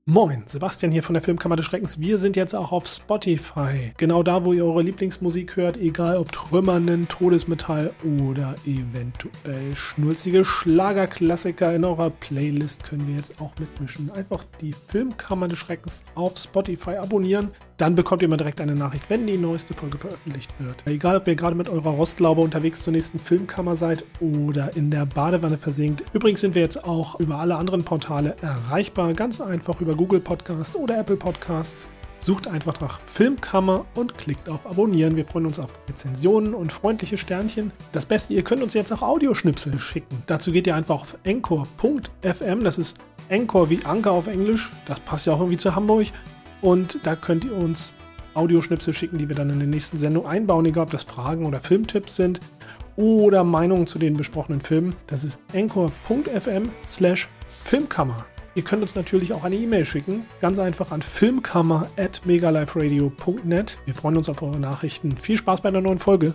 Moin, Sebastian hier von der Filmkammer des Schreckens. Wir sind jetzt auch auf Spotify. Genau da, wo ihr eure Lieblingsmusik hört, egal ob trümmernden Todesmetall oder eventuell schnulzige Schlagerklassiker in eurer Playlist können wir jetzt auch mitmischen. Einfach die Filmkammer des Schreckens auf Spotify abonnieren. Dann bekommt ihr immer direkt eine Nachricht, wenn die neueste Folge veröffentlicht wird. Egal, ob ihr gerade mit eurer Rostlaube unterwegs zur nächsten Filmkammer seid oder in der Badewanne versinkt. Übrigens sind wir jetzt auch über alle anderen Portale erreichbar. Ganz einfach über Google Podcast oder Apple Podcasts. Sucht einfach nach Filmkammer und klickt auf Abonnieren. Wir freuen uns auf Rezensionen und freundliche Sternchen. Das Beste, ihr könnt uns jetzt auch Audioschnipsel schicken. Dazu geht ihr einfach auf anchor.fm. Das ist Anchor wie Anker auf Englisch. Das passt ja auch irgendwie zu Hamburg. Und da könnt ihr uns Audioschnipsel schicken, die wir dann in der nächsten Sendung einbauen, egal ob das Fragen oder Filmtipps sind oder Meinungen zu den besprochenen Filmen. Das ist anchor.fm/Filmkammer. Ihr könnt uns natürlich auch eine E-Mail schicken, ganz einfach an filmkammer@megaliferadio.net. Wir freuen uns auf eure Nachrichten. Viel Spaß bei der neuen Folge.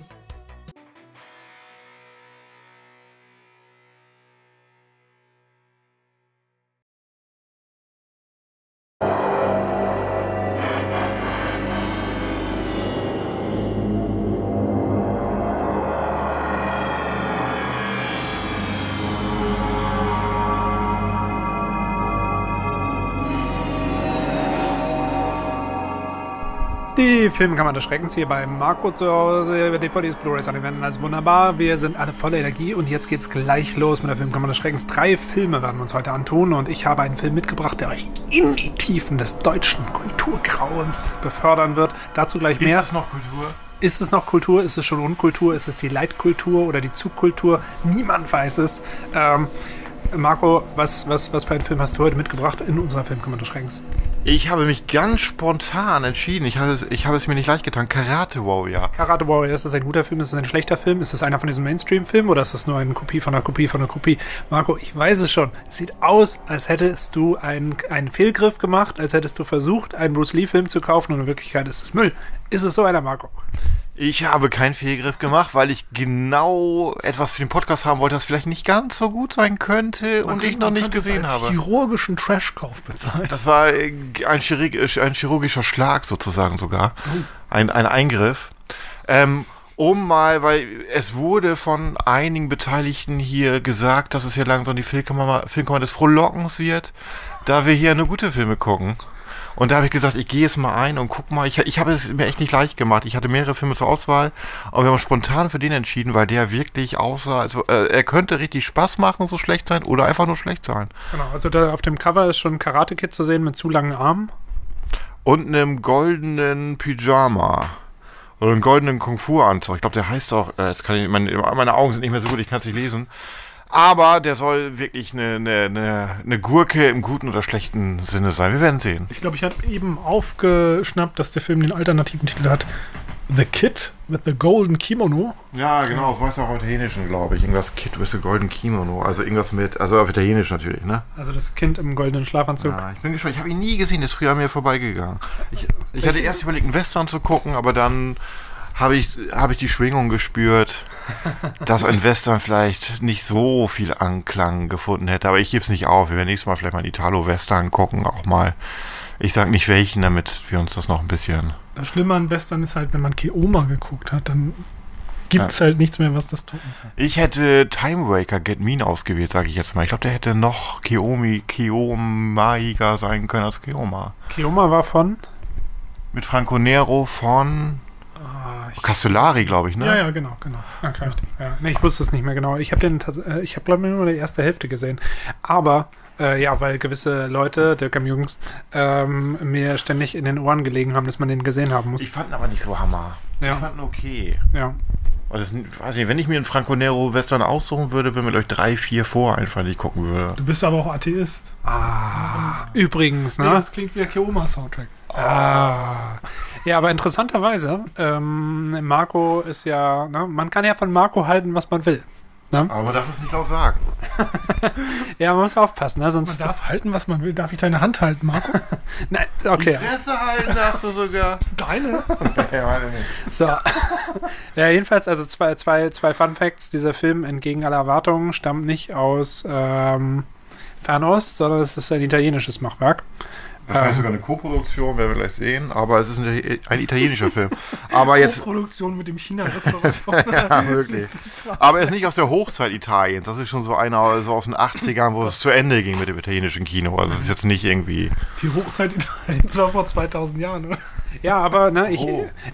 Die Filmkammer des Schreckens hier bei Marco zu Hause. DVDs, Blu-rays an den Wänden, alles wunderbar. Wir sind alle voller Energie und jetzt geht's gleich los mit der Filmkammer des Schreckens. 3 Filme werden wir uns heute antun und ich habe einen Film mitgebracht, der euch in die Tiefen des deutschen Kulturgrauens befördern wird. Dazu gleich mehr. Ist es noch Kultur? Ist es noch Kultur? Ist es schon Unkultur? Ist es die Leitkultur oder die Zugkultur? Niemand weiß es. Marco, was für einen Film hast du heute mitgebracht in unserer Filmkammer des Schreckens? Ich habe mich ganz spontan entschieden. Ich habe es mir nicht leicht getan. Karate Warrior. Karate Warrior, ist das ein guter Film? Ist das ein schlechter Film? Ist das einer von diesen Mainstream-Filmen oder ist das nur eine Kopie von einer Kopie von einer Kopie? Marco, ich weiß es schon. Es sieht aus, als hättest du einen Fehlgriff gemacht, als hättest du versucht, einen Bruce Lee-Film zu kaufen und in Wirklichkeit ist es Müll. Ist es so einer, Marco? Ich habe keinen Fehlgriff gemacht, weil ich genau etwas für den Podcast haben wollte, das vielleicht nicht ganz so gut sein könnte und ich noch nicht gesehen habe. Chirurgischen Trashkauf bezahlt. Das war ein chirurgischer Schlag sozusagen sogar. Ein Eingriff. Weil es wurde von einigen Beteiligten hier gesagt, dass es hier langsam die Filmkammer des Frohlockens wird, da wir hier nur gute Filme gucken. Und da habe ich gesagt, ich gehe jetzt mal ein und guck mal. Ich habe es mir echt nicht leicht gemacht. Ich hatte mehrere Filme zur Auswahl, aber wir haben uns spontan für den entschieden, weil der wirklich aussah, also er könnte richtig Spaß machen, so schlecht sein oder einfach nur schlecht sein. Genau, also da auf dem Cover ist schon ein Karate-Kid zu sehen mit zu langen Armen. Und einem goldenen Pyjama. Oder einen goldenen Kung-Fu-Anzug. Ich glaube, der heißt auch, meine Augen sind nicht mehr so gut, ich kann es nicht lesen. Aber der soll wirklich eine Gurke im guten oder schlechten Sinne sein. Wir werden sehen. Ich glaube, ich habe eben aufgeschnappt, dass der Film den alternativen Titel hat. The Kid with the Golden Kimono. Ja, genau, das heißt auch auf Italienischen, glaube ich. Irgendwas Kid with the Golden Kimono. Also irgendwas also auf Italienisch natürlich, ne? Also das Kind im goldenen Schlafanzug. Ja, ich bin gespannt. Ich habe ihn nie gesehen, der ist früher an mir vorbeigegangen. Ich hatte erst überlegt, einen Western zu gucken, aber dann habe ich die Schwingung gespürt, dass ein Western vielleicht nicht so viel Anklang gefunden hätte. Aber ich gebe es nicht auf. Wir werden nächstes Mal vielleicht mal einen Italo-Western gucken, auch mal. Ich sage nicht welchen, damit wir uns das noch ein bisschen... Das Schlimme an Western ist halt, wenn man Keoma geguckt hat, dann gibt es halt nichts mehr, was das toppen kann. Ich hätte Timebreaker Get Mean ausgewählt, sage ich jetzt mal. Ich glaube, der hätte noch Keomaiger sein können als Keoma. Keoma war von? Mit Franco Nero von... Castellari, glaube ich, ne? Ja, genau. Ja, klar. Ja. Nee, ich wusste es nicht mehr genau. Ich habe glaube ich, nur die erste Hälfte gesehen. Aber, weil gewisse Leute, Dirk Jürgens, mir ständig in den Ohren gelegen haben, dass man den gesehen haben muss. Ich fand ihn aber nicht so Hammer. Ja. Ich fand ihn okay. Ja. Also, weiß nicht, wenn ich mir einen Franco Nero Western aussuchen würde, würden mir gleich 3, 4 vor einfach nicht gucken würde. Du bist aber auch Atheist. Übrigens, ne? Ja, das klingt wie der Keoma-Soundtrack. Ja, aber interessanterweise, Marco ist ja, ne, man kann ja von Marco halten, was man will. Ne? Aber man darf es nicht laut sagen. Ja, man muss aufpassen, ne? Sonst Man darf halten, was man will. Darf ich deine Hand halten, Marco? Nein, okay. Die Fresse halten darfst du sogar. Deine? So. Ja, jedenfalls, also zwei Fun Facts. Dieser Film, entgegen aller Erwartungen, stammt nicht aus Fernost, sondern es ist ein italienisches Machwerk. Wahrscheinlich sogar eine Co-Produktion, werden wir gleich sehen, aber es ist ein italienischer Film. Aber jetzt. Produktion mit dem China-Restaurant. Ja, wirklich. Aber er ist nicht aus der Hochzeit Italiens. Das ist schon so einer so aus den 80ern, wo es zu Ende ging mit dem italienischen Kino. Also es ist jetzt nicht irgendwie. Die Hochzeit Italiens war vor 2000 Jahren, oder? Ja, aber ne, ich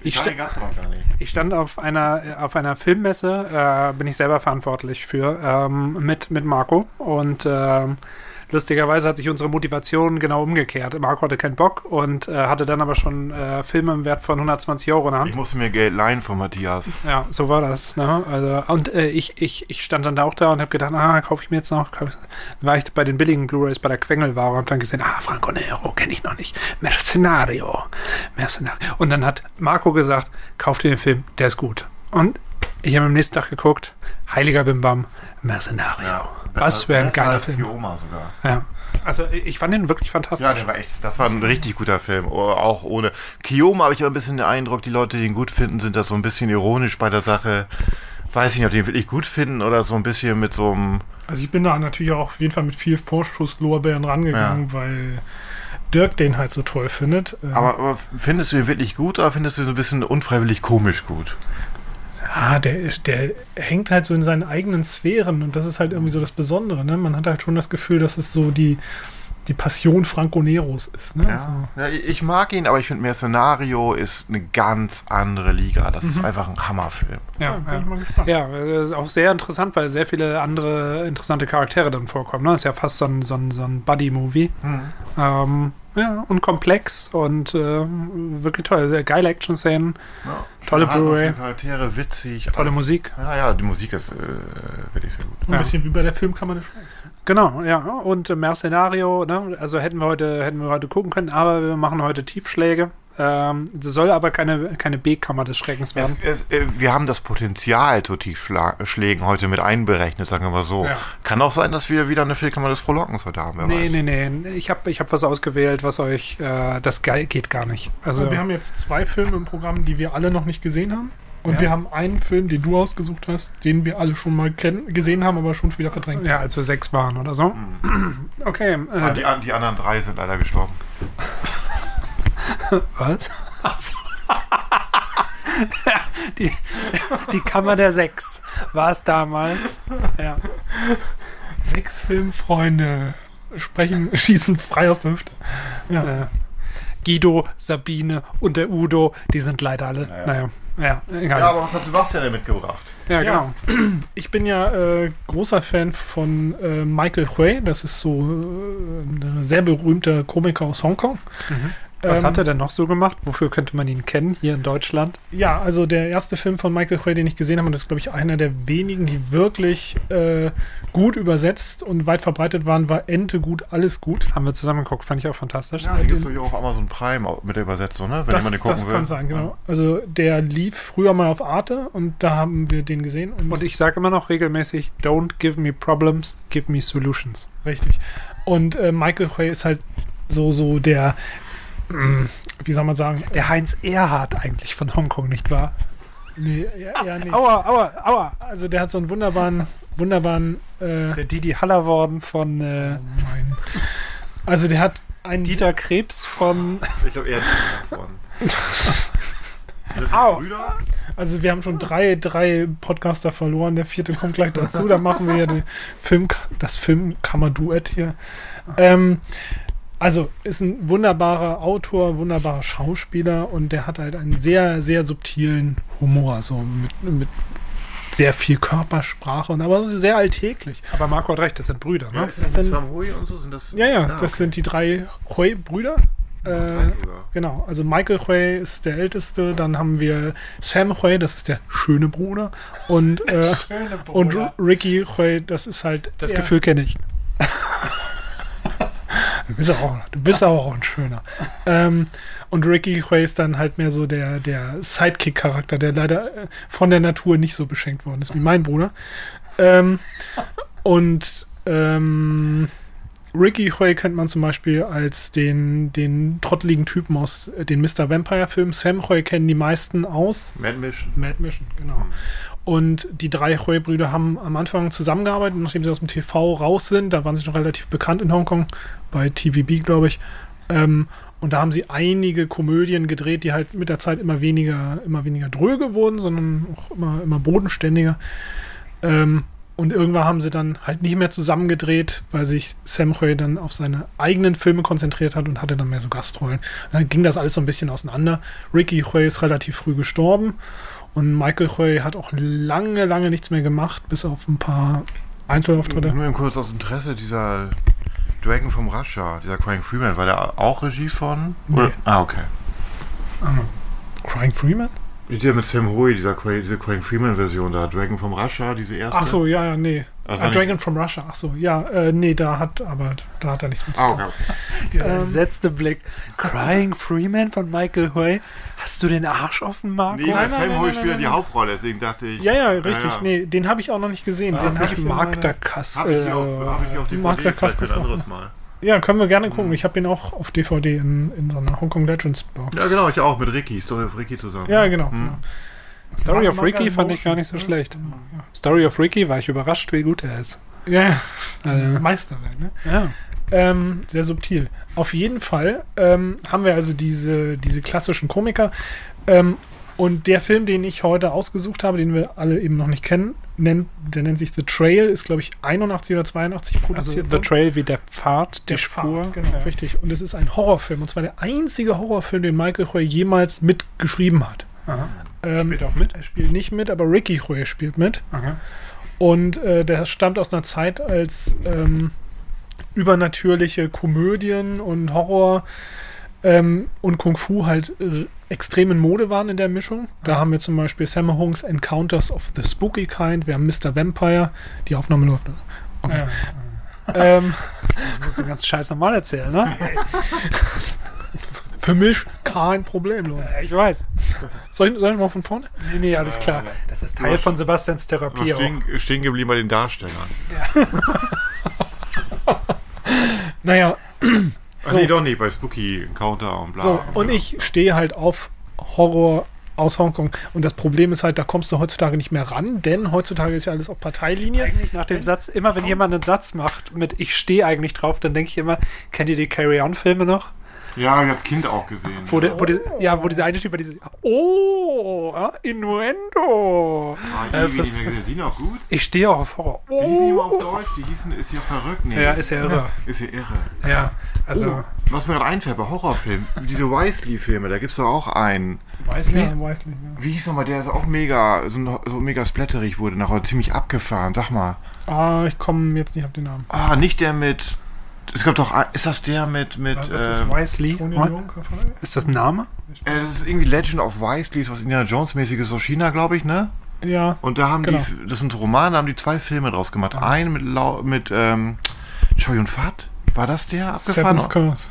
stand auf einer Filmmesse, bin ich selber verantwortlich für, mit Marco und lustigerweise hat sich unsere Motivation genau umgekehrt. Marco hatte keinen Bock und hatte dann aber schon Filme im Wert von 120 Euro in der Hand. Ich musste mir Geld leihen von Matthias. Ja, so war das. Ne? Also, und ich stand dann auch da und habe gedacht, kaufe ich mir jetzt noch. War ich bei den billigen Blu-rays bei der Quengelware und habe dann gesehen, Franco Nero, kenne ich noch nicht. Mercenario. Und dann hat Marco gesagt, kauf dir den Film, der ist gut. Und ich habe am nächsten Tag geguckt, Heiliger Bimbam, Mercenario. Ja, was für ein geiler Film. Kioma sogar. Ja. Also ich fand den wirklich fantastisch. Ja, der war echt, das war ein richtig guter Film. Auch ohne Kioma habe ich aber ein bisschen den Eindruck, die Leute, die ihn gut finden, sind da so ein bisschen ironisch bei der Sache. Weiß ich nicht, ob die ihn wirklich gut finden oder so ein bisschen mit so einem... Also ich bin da natürlich auch auf jeden Fall mit viel Vorschusslorbeeren rangegangen, weil Dirk den halt so toll findet. Aber findest du ihn wirklich gut oder findest du ihn so ein bisschen unfreiwillig komisch gut? Ja, der hängt halt so in seinen eigenen Sphären und das ist halt irgendwie so das Besondere, ne? Man hat halt schon das Gefühl, dass es so die Passion Franco Neros ist, ne? Ja. Ja, ich mag ihn, aber ich finde Mercenario ist eine ganz andere Liga. Das ist einfach ein Hammerfilm. Ja, bin ich mal gespannt. Ja, auch sehr interessant, weil sehr viele andere interessante Charaktere dann vorkommen. Ne? Das ist ja fast so ein Buddy-Movie. Ja, und komplex und wirklich toll. Geile Action-Szenen, tolle Blu-ray. Charaktere, witzig. Tolle Musik. Ja, die Musik ist wirklich sehr gut. Ein bisschen wie bei der Filmkammer des Schreckens. Genau, ja. Und Mercenario, ne? Also hätten wir heute gucken können, aber wir machen heute Tiefschläge. Das soll aber keine B-Kammer des Schreckens werden. Wir haben das Potenzial zu Tiefschlägen heute mit einberechnet, sagen wir mal so. Ja. Kann auch sein, dass wir wieder eine Filmkammer des Frohlockens heute haben. Nee. Ich hab was ausgewählt, was euch, das geht gar nicht. Also wir haben jetzt 2 Filme im Programm, die wir alle noch nicht gesehen haben. Und wir haben einen Film, den du ausgesucht hast, den wir alle schon mal gesehen haben, aber schon wieder verdrängt. Ja, als wir 6 waren oder so. Okay. Die anderen 3 sind leider gestorben. Was? Achso. die Kammer der 6 war es damals. Ja. 6 Filmfreunde schießen frei aus der Hüfte. Ja. Guido, Sabine und der Udo, die sind leider alle. Egal. Ja, aber was hat Sebastian denn mitgebracht? Ja, genau. Ich bin ja großer Fan von Michael Hui. Das ist so ein sehr berühmter Komiker aus Hongkong. Was hat er denn noch so gemacht? Wofür könnte man ihn kennen hier in Deutschland? Ja, also der erste Film von Michael Hui, den ich gesehen habe, und das ist, glaube ich, einer der wenigen, die wirklich gut übersetzt und weit verbreitet waren, war Ente gut, alles gut. Haben wir zusammen geguckt, fand ich auch fantastisch. Ja, den gibt es auf Amazon Prime mit der Übersetzung, ne? Wenn jemand den gucken will. Das kann sein, genau. Ja. Also der lief früher mal auf Arte und da haben wir den gesehen. Und ich sage immer noch regelmäßig, don't give me problems, give me solutions. Richtig. Und Michael Hui ist halt so der, wie soll man sagen? Der Heinz Erhardt eigentlich von Hongkong, nicht wahr? Nee, ja nicht. Aua. Also der hat so einen wunderbaren der Didi Hallervorden von oh mein. Also der hat einen Dieter Krebs von ich glaube eher Dieter von Au. Also wir haben schon drei Podcaster verloren, der 4. kommt gleich dazu, da machen wir ja das Filmkammer-Duett hier. Also ist ein wunderbarer Autor, wunderbarer Schauspieler und der hat halt einen sehr, sehr subtilen Humor, so mit sehr viel Körpersprache, aber sehr alltäglich. Aber Marco hat recht, das sind Brüder, ne? Ja, das sind Sam Hui und so? Sind das? Ja, das sind die 3 Hui-Brüder. Genau, also Michael Hui ist der Älteste, dann haben wir Sam Hui, das ist der schöne Bruder und Ricky Hui, das ist halt... Das Gefühl kenne ich. Du bist aber auch ein schöner. Und Ricky Hui ist dann halt mehr so der Sidekick-Charakter, der leider von der Natur nicht so beschenkt worden ist wie mein Bruder. Ricky Hui kennt man zum Beispiel als den trotteligen Typen aus den Mr. Vampire-Filmen. Sam Hui kennen die meisten aus Mad Mission, genau. Und die 3 Hui-Brüder haben am Anfang zusammengearbeitet, nachdem sie aus dem TV raus sind. Da waren sie noch relativ bekannt in Hongkong, bei TVB, glaube ich. Und da haben sie einige Komödien gedreht, die halt mit der Zeit immer weniger dröge wurden, sondern auch immer bodenständiger. Und irgendwann haben sie dann halt nicht mehr zusammen gedreht, weil sich Sam Hui dann auf seine eigenen Filme konzentriert hat und hatte dann mehr so Gastrollen. Und dann ging das alles so ein bisschen auseinander. Ricky Hui ist relativ früh gestorben und Michael Hui hat auch lange nichts mehr gemacht, bis auf ein paar Einzelauftritte. Nur kurz aus Interesse, dieser Dragon from Russia, dieser Crying Freeman, war der auch Regie von? Nee. Okay. Crying Freeman? Der mit Sam Hui, diese Crying Freeman-Version da, Dragon from Russia, diese erste. Ach so, ja, nee. Also Dragon from Russia, ach so, ja, nee, da hat er nichts mit zu tun. Okay. Der letzte Blick. Crying Freeman von Michael Hui. Hast du den Arsch offen, Marco? Nee, weil Sam Hui spielt die Hauptrolle, deswegen dachte ich... Ja, richtig, nee, den habe ich auch noch nicht gesehen. Das ist Den nicht hab ich Magda Hab ich auch DVD, Magda vielleicht Kaskus ein anderes Mal. Ja, können wir gerne gucken. Ich habe ihn auch auf DVD in so einer Hongkong Legends Box. Ja, genau, ich auch, mit Ricky, Story of Ricky zusammen. Ja, genau. Story of Ricky fand ich gar nicht so schlecht. Story of Ricky war ich überrascht, wie gut er ist. Ja, Also, Meisterwerk, ne? ja. Sehr subtil. Auf jeden Fall haben wir also diese klassischen Komiker. Und der Film, den ich heute ausgesucht habe, den wir alle eben noch nicht kennen, der nennt sich The Trail, ist, glaube ich, 81 oder 82 Also produziert The Trail wie der Pfad, die Spur. Pfad, genau, richtig. Und es ist ein Horrorfilm. Und zwar der einzige Horrorfilm, den Michael Hui jemals mitgeschrieben hat. Aha. Spielt auch mit? Er spielt nicht mit, aber Ricky Hui spielt mit. Aha. Und der stammt aus einer Zeit, als übernatürliche Komödien und Horror und Kung Fu halt extrem in Mode waren in der Mischung. Da haben wir zum Beispiel Sammo Hungs Encounters of the Spooky Kind, wir haben Mr. Vampire, die Aufnahme läuft. Okay. Das musst du ganz scheiß normal erzählen, ne? Für mich kein Problem, Leute. Ich weiß. Soll ich mal von vorne? Nee, alles klar. Das ist Teil von Sebastians Therapie auch. Stehen geblieben bei den Darstellern. Naja. Ach nee, doch nicht, bei Spooky Encounter und bla. So, und ich stehe halt auf Horror aus Hongkong. Und das Problem ist halt, da kommst du heutzutage nicht mehr ran, denn heutzutage ist ja alles auf Parteilinie. Eigentlich nach dem Satz, immer wenn jemand einen Satz macht mit ich stehe eigentlich drauf, dann denke ich immer, kennt ihr die Carry-On-Filme noch? Ja, hab ich als Kind auch gesehen. Wo diese eine Typ war dieses Innuendo. Die noch gut? Ich stehe auch auf Horror. Wie hießen die immer auf Deutsch? Die hießen Ist ja verrückt. Nee. Ja, ist ja irre. Ist ja irre. Ja, also... Was mir gerade einfällt, bei Horrorfilmen, diese Wisely-Filme, da gibt's doch auch einen. Wisely? Ja, weiß nicht, ja. Wie hieß nochmal, der ist auch mega, so mega splatterig wurde, nachher ziemlich abgefahren, sag mal. Ich komme jetzt nicht auf den Namen. Nicht der mit... Es gab doch... Ist das der mit... Was ist Wisely? Ist das ein Name? Das ist irgendwie Legend of Wisely, was Indiana Jones-mäßiges aus China, glaube ich, ne? Ja. Und da haben genau. das sind so Romane, da haben die 2 Filme draus gemacht. Einen mit Chow Yun-Fat, war das der abgefahren? Seven's Curse.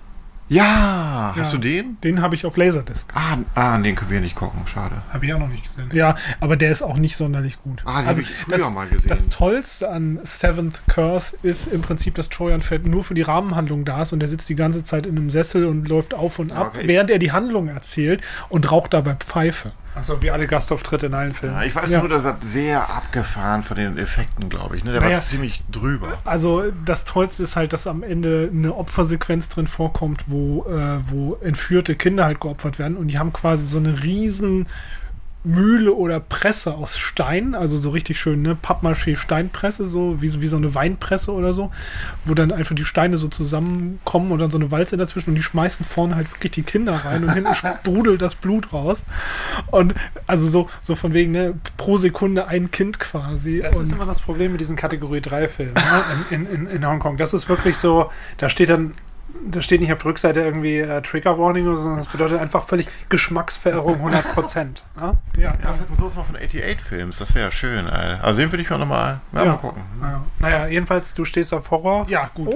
Ja, hast du den? Den habe ich auf Laserdisc. Den können wir nicht gucken, schade. Habe ich auch noch nicht gesehen. Ja, aber der ist auch nicht sonderlich gut. Den habe ich früher mal gesehen. Das Tollste an Seventh Curse ist im Prinzip, dass Chow Yun-Fat nur für die Rahmenhandlung da ist und der sitzt die ganze Zeit in einem Sessel und läuft auf und ab, während er die Handlung erzählt und raucht dabei Pfeife. Achso, wie alle Gastauftritte in allen Filmen. Ja, ich weiß nur, das war sehr abgefahren von den Effekten, glaube ich. Ne? Der war ziemlich drüber. Also das Tollste ist halt, dass am Ende eine Opfersequenz drin vorkommt, wo entführte Kinder halt geopfert werden und die haben quasi so eine riesen Mühle oder Presse aus Stein, also so richtig schön, ne, Pappmaché-Steinpresse, so wie so eine Weinpresse oder so, wo dann einfach die Steine so zusammenkommen und dann so eine Walze dazwischen und die schmeißen vorne halt wirklich die Kinder rein und hinten sprudelt das Blut raus. Und also so von wegen, ne, pro Sekunde ein Kind quasi. Das ist immer das Problem mit diesen Kategorie 3 Filmen, ne, in Hongkong. Das ist wirklich so, da steht nicht auf der Rückseite irgendwie Trigger Warning oder so, sondern das bedeutet einfach völlig Geschmacksverirrung 100%. Ne? Ja, vielleicht mal sowas mal von 88 Films, das wäre schön. Also den würde ich mir nochmal mal gucken. Ja. Naja, jedenfalls, du stehst auf Horror. Ja, gut.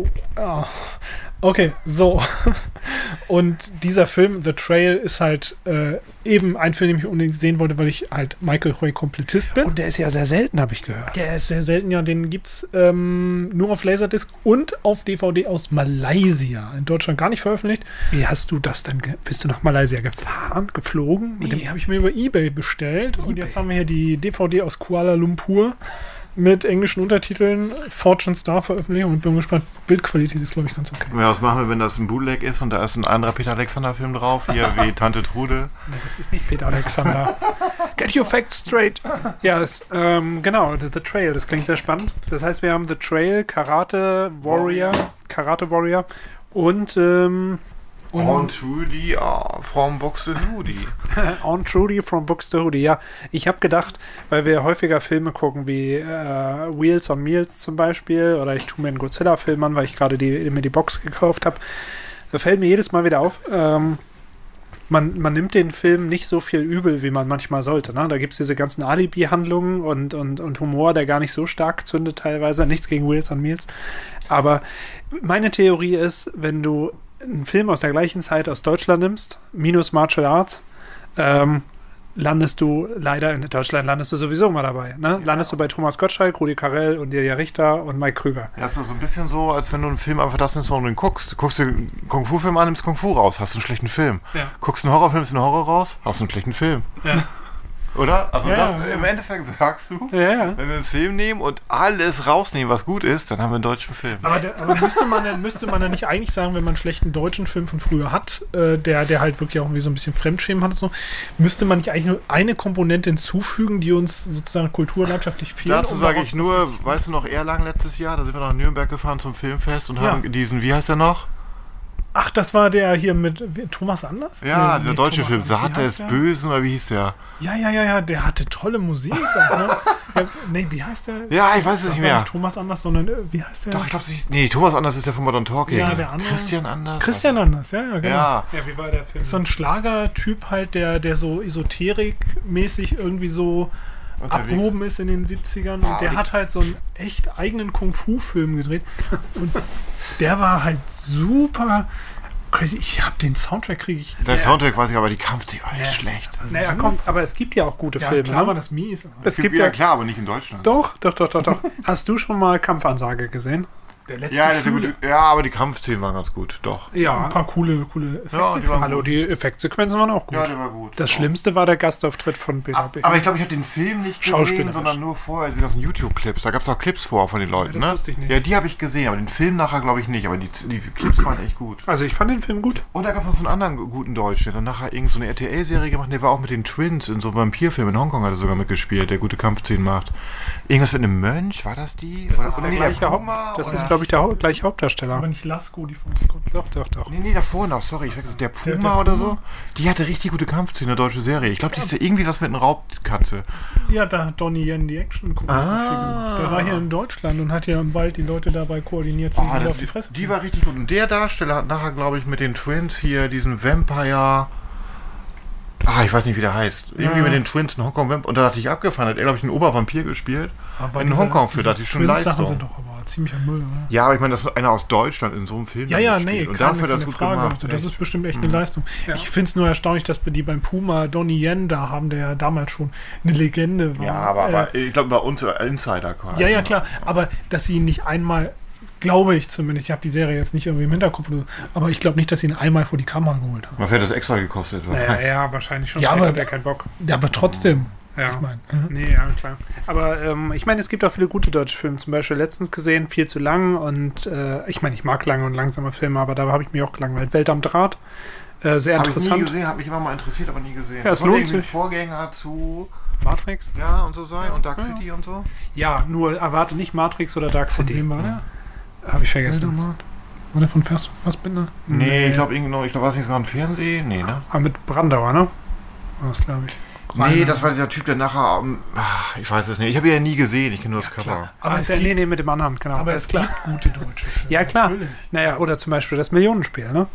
Okay, so. Und dieser Film, The Trail, ist halt eben ein Film, den ich unbedingt sehen wollte, weil ich halt Michael Hui Komplettist bin. Und der ist ja sehr selten, habe ich gehört. Der ist sehr selten, ja. Den gibt's nur auf Laserdisc und auf DVD aus Malaysia. In Deutschland gar nicht veröffentlicht. Wie hast du das denn? Bist du nach Malaysia geflogen? Nee, habe ich mir über eBay bestellt. Und jetzt haben wir hier die DVD aus Kuala Lumpur. mit englischen Untertiteln, Fortune Star Veröffentlichung und bin gespannt. Bildqualität ist, glaube ich, ganz okay. Ja, was machen wir, wenn das ein Bootleg ist und da ist ein anderer Peter Alexander-Film drauf, hier wie Tante Trude? Nee, das ist nicht Peter Alexander. Get your facts straight. Ja, genau, The Trail, das klingt sehr spannend. Das heißt, wir haben The Trail, Karate Warrior und On Trudy from Books to Hoodie. On Trudy from Books to Hoodie, ja. Ich habe gedacht, weil wir häufiger Filme gucken, wie Wheels on Meals zum Beispiel, oder ich tue mir einen Godzilla-Film an, weil ich gerade mir die Box gekauft habe. Da fällt mir jedes Mal wieder auf, man nimmt den Film nicht so viel übel, wie man manchmal sollte. Ne? Da gibt es diese ganzen Alibi-Handlungen und Humor, der gar nicht so stark zündet teilweise. Nichts gegen Wheels on Meals. Aber meine Theorie ist, wenn du einen Film aus der gleichen Zeit aus Deutschland nimmst, minus Martial Arts, landest du leider in Deutschland sowieso mal dabei. Ne? Ja. Landest du bei Thomas Gottschalk, Rudi Carrell und Ilja Richter und Mike Krüger. Ja, so ein bisschen so, als wenn du einen Film einfach das nimmst und den guckst. Du guckst dir einen Kung-Fu-Film an, nimmst Kung-Fu raus, hast einen schlechten Film. Ja. Guckst einen Horrorfilm, nimmst einen Horror raus, hast einen schlechten Film. Ja. Oder? Also im Endeffekt sagst du, wenn wir einen Film nehmen und alles rausnehmen, was gut ist, dann haben wir einen deutschen Film. Aber müsste man dann nicht eigentlich sagen, wenn man einen schlechten deutschen Film von früher hat, der halt wirklich auch irgendwie so ein bisschen Fremdschämen hat und so, müsste man nicht eigentlich nur eine Komponente hinzufügen, die uns sozusagen kulturlandschaftlich fehlt? Dazu sage ich nur, weißt du noch, Erlangen letztes Jahr, da sind wir nach Nürnberg gefahren zum Filmfest und haben diesen, wie heißt der noch? Ach, das war der hier mit Thomas Anders? Ja, dieser deutsche Film, Saat des Bösen, oder wie hieß der? Ja, der hatte tolle Musik. Ne? Wie heißt der? Ja, ich weiß es nicht mehr. Nicht Thomas Anders, sondern wie heißt der? Doch, ich glaube, Thomas Anders ist der von Modern Talking. Ja, der andere. Christian Anders, ja, genau. Ja, wie war der Film? So ein Schlagertyp halt, der so esoterikmäßig irgendwie so abgehoben ist in den 70ern und der hat halt so einen echt eigenen Kung-Fu-Film gedreht und der war halt super crazy. Ich hab den Soundtrack Soundtrack weiß ich, aber die Kampfszene war nicht schlecht. Naja, kommt, aber es gibt ja auch gute Filme. Klar war das mies. Es gibt ja klar, aber nicht in Deutschland. Doch. Hast du schon mal Kampfansage gesehen? Der letzte aber die Kampfszenen waren ganz gut, doch. Ja. Ein paar coole Effektsequenzen. Die Effektsequenzen waren auch gut. Ja, die war gut. Das Schlimmste war der Gastauftritt von Peter B. Aber ich glaube, ich habe den Film nicht gesehen, sondern nur vorher die ganzen YouTube-Clips. Da gab es auch Clips vor von den Leuten, das wusste ich nicht. Ja, die habe ich gesehen, aber den Film nachher glaube ich nicht. Aber die Clips waren echt gut. Also ich fand den Film gut. Und da gab es noch so einen anderen guten Deutschen, der dann nachher irgend so eine RTL-Serie gemacht. Der war auch mit den Twins in so einem Vampirfilm in Hongkong, hat er sogar mitgespielt, der gute Kampfszenen macht. Irgendwas mit einem Mönch, war das die? Das ist glaube ich, der gleiche Hauptdarsteller. Aber nicht Lasko, die von Doch. Nee, davor noch, sorry, ich weiß nicht, der Puma oder so. Die hatte richtig gute Kampfszenen, eine deutsche Serie. Ich glaube, die ist ja irgendwie was mit einer Raubkatze. Ja, da hat Donnie Yen die Action gemacht. Der war hier in Deutschland und hat hier im Wald die Leute dabei koordiniert, wie sie auf die Fresse. Die war richtig gut. Und der Darsteller hat nachher, glaube ich, mit den Twins hier diesen Vampire... ich weiß nicht, wie der heißt. Irgendwie mit den Twins in Hongkong. Und da dachte ich, abgefahren hat er, glaube ich, einen Obervampir gespielt. Aber in Hongkong für, da hatte ich schon Leistung. Sind doch aber ziemlicher Müll, oder? Ja, aber ich meine, dass einer aus Deutschland in so einem Film und dafür das gut gemacht. Das ist bestimmt echt eine Leistung. Ja. Ich finde es nur erstaunlich, dass wir die beim Puma Donnie Yen da haben, der ja damals schon eine Legende war. Ja, aber ich glaube, bei uns Insider quasi. Ja, klar. Aber dass sie ihn nicht einmal, glaube ich zumindest, ich habe die Serie jetzt nicht irgendwie im Hinterkopf, aber ich glaube nicht, dass sie ihn einmal vor die Kamera geholt haben. Was hätte das extra gekostet? Ja, wahrscheinlich schon. Ja, aber hat er keinen Bock. Ja, aber trotzdem. Ja. Ich meine. Nee, ja, klar. Aber ich meine, es gibt auch viele gute deutsche Filme. Zum Beispiel letztens gesehen, Viel zu lang. Und ich meine, ich mag lange und langsame Filme, aber da habe ich mich auch gelangweilt. Welt am Draht. Sehr interessant. Habe ich nie gesehen, habe mich immer mal interessiert, aber nie gesehen. Ja, es lohnt sich. Vorgänger zu Matrix. Ja, und so sein. Und Dark City und so. Ja, nur erwarte nicht Matrix oder Dark City. Von wem war der? Habe ich vergessen. War der von Fassbinder? Nee, ich glaube, war es nicht sogar ein Fernsehen? Nee, ne? Aber mit Brandauer, ne? War das, glaube ich. Nee, das war dieser Typ, der nachher... ich weiß es nicht. Ich habe ihn ja nie gesehen. Ich kenne nur das Cover. Klar. Aber nee, mit dem anderen, genau. Aber es gibt gute deutsche Filme. Ja, klar. Natürlich. Naja, oder zum Beispiel das Millionenspiel, ne?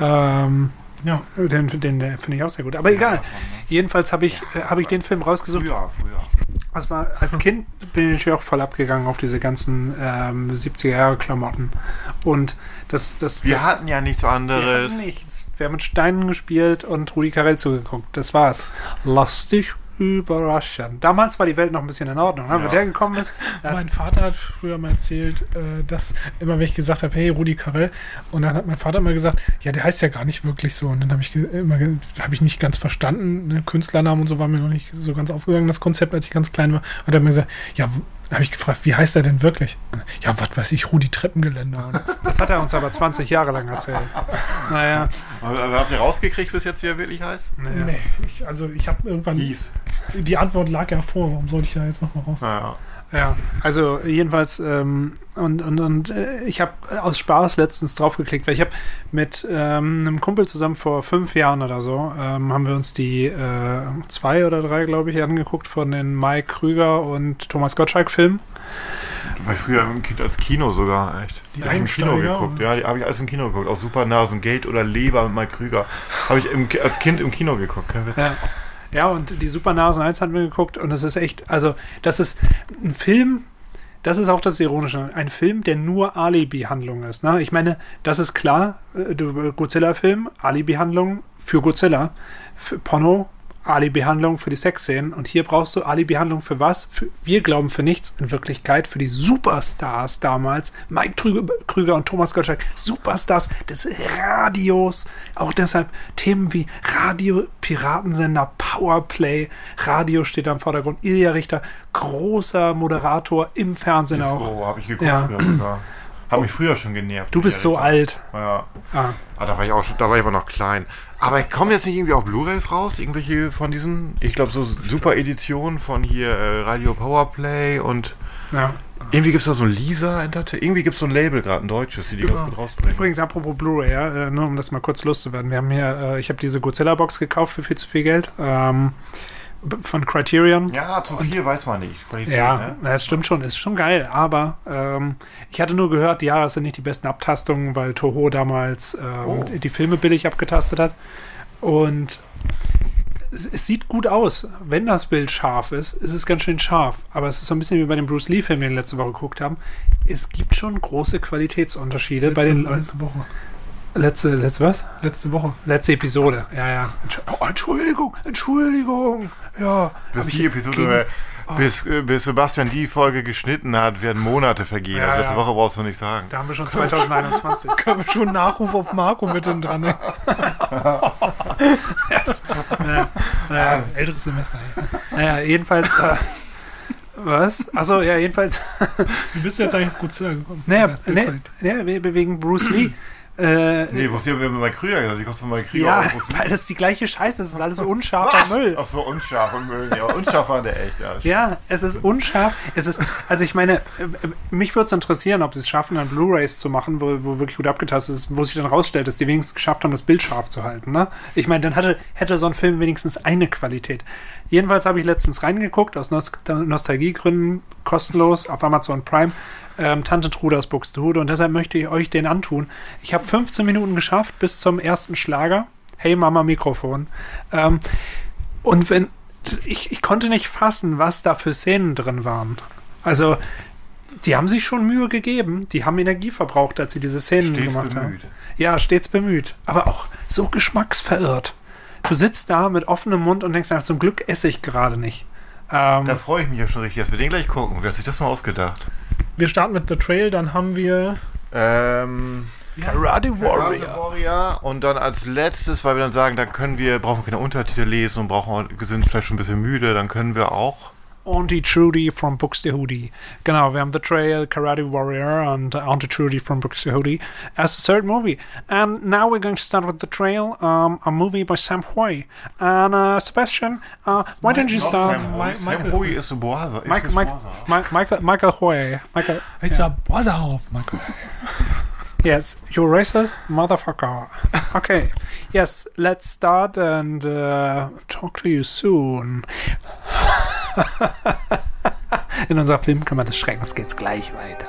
Ja. Den finde ich auch sehr gut. Aber egal. Jedenfalls habe ich den Film rausgesucht. Früher. Also als Kind bin ich auch voll abgegangen auf diese ganzen 70er-Jahre-Klamotten. Und wir hatten ja nichts anderes. Wir hatten nichts. Wir haben mit Steinen gespielt und Rudi Carell zugeguckt. Das war's. Lustig, überraschend. Damals war die Welt noch ein bisschen in Ordnung, ne? Ja. Wenn der gekommen ist. Mein Vater hat früher mal erzählt, dass immer, wenn ich gesagt habe, hey, Rudi Carrell, und dann hat mein Vater immer gesagt, ja, der heißt ja gar nicht wirklich so. Und dann habe ich nicht ganz verstanden, ne? Künstlernamen und so war mir noch nicht so ganz aufgegangen, das Konzept, als ich ganz klein war. Und er hat mir gesagt, ja, habe ich gefragt, wie heißt er denn wirklich? Ja, was weiß ich, Rudi Treppengeländer. Oder? Das hat er uns aber 20 Jahre lang erzählt. Naja. Aber habt ihr rausgekriegt bis jetzt, wie er wirklich heißt? Naja. Nee, ich habe irgendwann, Hieß. die Antwort lag ja vor, warum sollte ich da jetzt nochmal raus? Naja. Ja, also jedenfalls ich habe aus Spaß letztens draufgeklickt, weil ich habe mit einem Kumpel zusammen vor 5 Jahren oder so, haben wir uns die 2 oder 3, glaube ich, angeguckt von den Mike Krüger und Thomas Gottschalk-Filmen. War ich früher als Kino sogar, echt. Die hab ich im Kino Einsteiger, geguckt. oder? Ja, die habe ich alles im Kino geguckt. Auch Supernasen, Geld oder Leber mit Mike Krüger. Habe ich als Kind im Kino geguckt. Kein Witz. Ja. Ja, und die Supernasen 1 haben wir geguckt und es ist echt, also das ist ein Film, das ist auch das Ironische, ein Film, der nur Alibi-Handlung ist. Ne? Ich meine, das ist klar, Godzilla-Film, Alibi-Handlung für Godzilla, für Porno, Alibi-Handlung für die Sexszenen und hier brauchst du Alibi-Handlung für was? Wir glauben für nichts, in Wirklichkeit für die Superstars damals, Mike Krüger und Thomas Gottschalk, Superstars des Radios, auch deshalb Themen wie Radio, Piratensender, Powerplay, Radio steht am Vordergrund, Ilja Richter, großer Moderator im Fernsehen auch. So habe ich geguckt Ja. früher sogar. Hat mich früher schon genervt. Du bist so alt. Ja. Ah. Da war ich aber noch klein. Aber kommen jetzt nicht irgendwie auch Blu-rays raus? Irgendwelche von diesen, ich glaube, so super Editionen von hier Radio Powerplay und Ja. irgendwie gibt es da so ein Lisa Entertainment. Irgendwie gibt es so ein Label gerade, ein deutsches, die ganz gut rausbringen. Übrigens, apropos Blu-ray, ja, nur um das mal kurz loszuwerden. Wir haben hier, ich habe diese Godzilla-Box gekauft für viel zu viel Geld. Von Criterion. Ja, zu viel weiß man nicht. Qualität, Ja, ne? das stimmt schon, ist schon geil, aber ich hatte nur gehört, ja, es sind nicht die besten Abtastungen, weil Toho damals die Filme billig abgetastet hat und es sieht gut aus. Wenn das Bild scharf ist, ist es ganz schön scharf, aber es ist so ein bisschen wie bei dem Bruce Lee-Film, den wir letzte Woche geguckt haben. Es gibt schon große Qualitätsunterschiede bei den letzte Woche. Letzte was? Letzte Woche. Letzte Episode, ja. Entschuldigung. Ja. Bis hab die ich Episode, bis Sebastian die Folge geschnitten hat, werden Monate vergehen. Ja, also letzte ja. Woche brauchst du nicht sagen. Da haben wir schon 2021. Können wir schon Nachruf auf Marco mit drin dran. Ne? Yes. Ja, Älteres Semester. naja, jedenfalls. Was? Achso, ja, jedenfalls. Wie bist du jetzt eigentlich auf Godzilla gekommen? Naja, wegen Bruce Lee. Nee, was hier mit Mike Krüger gesagt? Die kommt von Mike Krüger. Ja, auf, weil das die gleiche Scheiße ist. Es ist alles unscharfer Müll. Ach so, unscharfer Müll. Ja, unscharf war der echt, ja. Ja, es ist unscharf. Also ich meine, mich würde es interessieren, ob sie es schaffen, dann Blu-Rays zu machen, wo wirklich gut abgetastet ist, wo sich dann rausstellt, dass die wenigstens geschafft haben, das Bild scharf zu halten. Ne? Ich meine, dann hätte so ein Film wenigstens eine Qualität. Jedenfalls habe ich letztens reingeguckt, aus Nostalgiegründen, kostenlos, auf Amazon Prime, Tante Trude aus Buxtehude, und deshalb möchte ich euch den antun. Ich habe 15 Minuten geschafft bis zum ersten Schlager. Hey Mama, Mikrofon. Und ich konnte nicht fassen, was da für Szenen drin waren. Also, die haben sich schon Mühe gegeben. Die haben Energie verbraucht, als sie diese Szenen Stets gemacht haben. bemüht. Ja, stets bemüht. Aber auch so geschmacksverirrt. Du sitzt da mit offenem Mund und denkst einfach, zum Glück esse ich gerade nicht. Da freue ich mich ja schon richtig, dass wir den gleich gucken. Wer hat sich das mal ausgedacht? Wir starten mit The Trail, dann haben wir Karate Warrior. Und dann als letztes, weil wir dann sagen, brauchen wir keine Untertitel lesen und sind vielleicht schon ein bisschen müde, dann können wir auch Auntie Trudy from Buxtehude. Genau, wir haben The Trail, Karate Warrior und Auntie Trudy from Buxtehude as the third movie. And now we're going to start with The Trail, a movie by Sam Hui. And Sebastian, why don't you start? Sam Hui ist ein Boaser. Michael Hui. It's a buzzer auf, Michael. Yes, you racist motherfucker. Okay, yes, let's start and talk to you soon. In unserer Filmkammer des Schreckens geht's gleich weiter.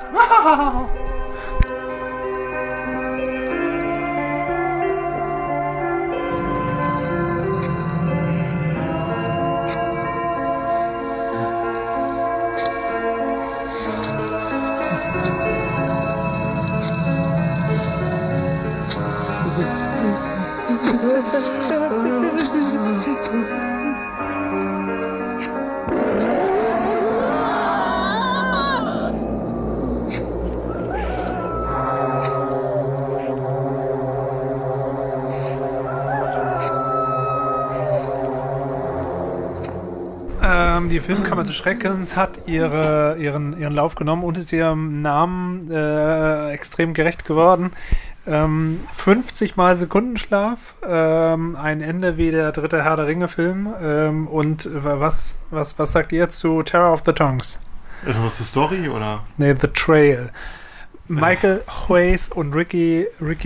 Die Filmkammer des Schreckens hat ihren Lauf genommen und ist ihrem Namen extrem gerecht geworden. 50 Mal Sekundenschlaf, ein Ende wie der dritte Herr der Ringe-Film. Und was sagt ihr zu Terror of the Tongues? Was ist die Story, oder? Nee, The Trail. Michael Hues und Ronnie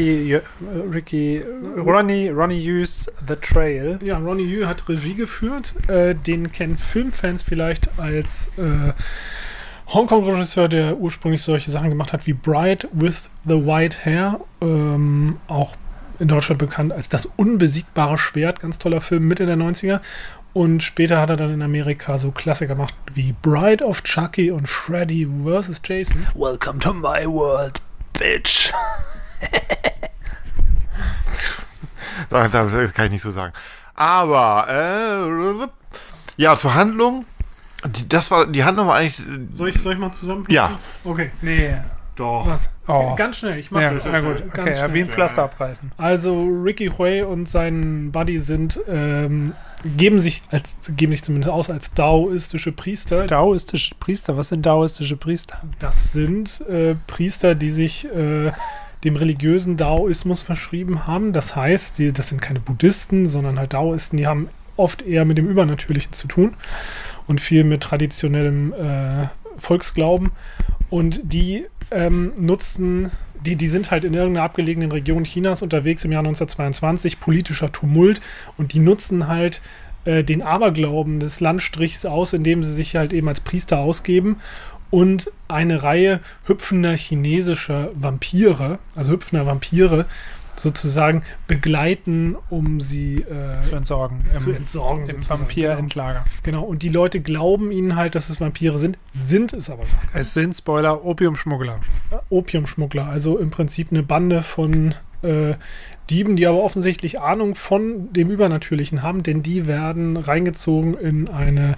Hughes, The Trail. Ja, Ronnie Yu hat Regie geführt. Den kennen Filmfans vielleicht als Hongkong-Regisseur, der ursprünglich solche Sachen gemacht hat wie Bride with the White Hair. Auch in Deutschland bekannt als Das unbesiegbare Schwert. Ganz toller Film, Mitte der 90er. Und später hat er dann in Amerika so Klassiker gemacht wie Bride of Chucky und Freddy vs. Jason. Welcome to my world, bitch. Das kann ich nicht so sagen. Aber, ja, zur Handlung. Die Handlung war eigentlich... Soll ich mal zusammenfassen? Ja. Okay. Nee. Doch. Was? Oh. Ganz schnell, ich mach Ja, das. na gut. Okay, Ganz wie ein schnell. Pflaster abreißen. Also Ricky Hui und sein Buddy sind geben sich zumindest aus als daoistische Priester. Daoistische Priester? Was sind daoistische Priester? Das sind Priester, die sich dem religiösen Daoismus verschrieben haben. Das heißt, das sind keine Buddhisten, sondern halt Daoisten, die haben oft eher mit dem Übernatürlichen zu tun und viel mit traditionellem Volksglauben. Und die nutzen, die sind halt in irgendeiner abgelegenen Region Chinas unterwegs im Jahr 1922, politischer Tumult, und die nutzen halt den Aberglauben des Landstrichs aus, indem sie sich halt eben als Priester ausgeben und eine Reihe hüpfender chinesischer Vampire, also hüpfender Vampire, sozusagen begleiten, um sie Zu entsorgen. Im Im Vampir-Endlager. Genau, und die Leute glauben ihnen halt, dass es Vampire sind es aber gar keine. Es sind, Spoiler, Opiumschmuggler. Opiumschmuggler, also im Prinzip eine Bande von Dieben, die aber offensichtlich Ahnung von dem Übernatürlichen haben, denn die werden reingezogen in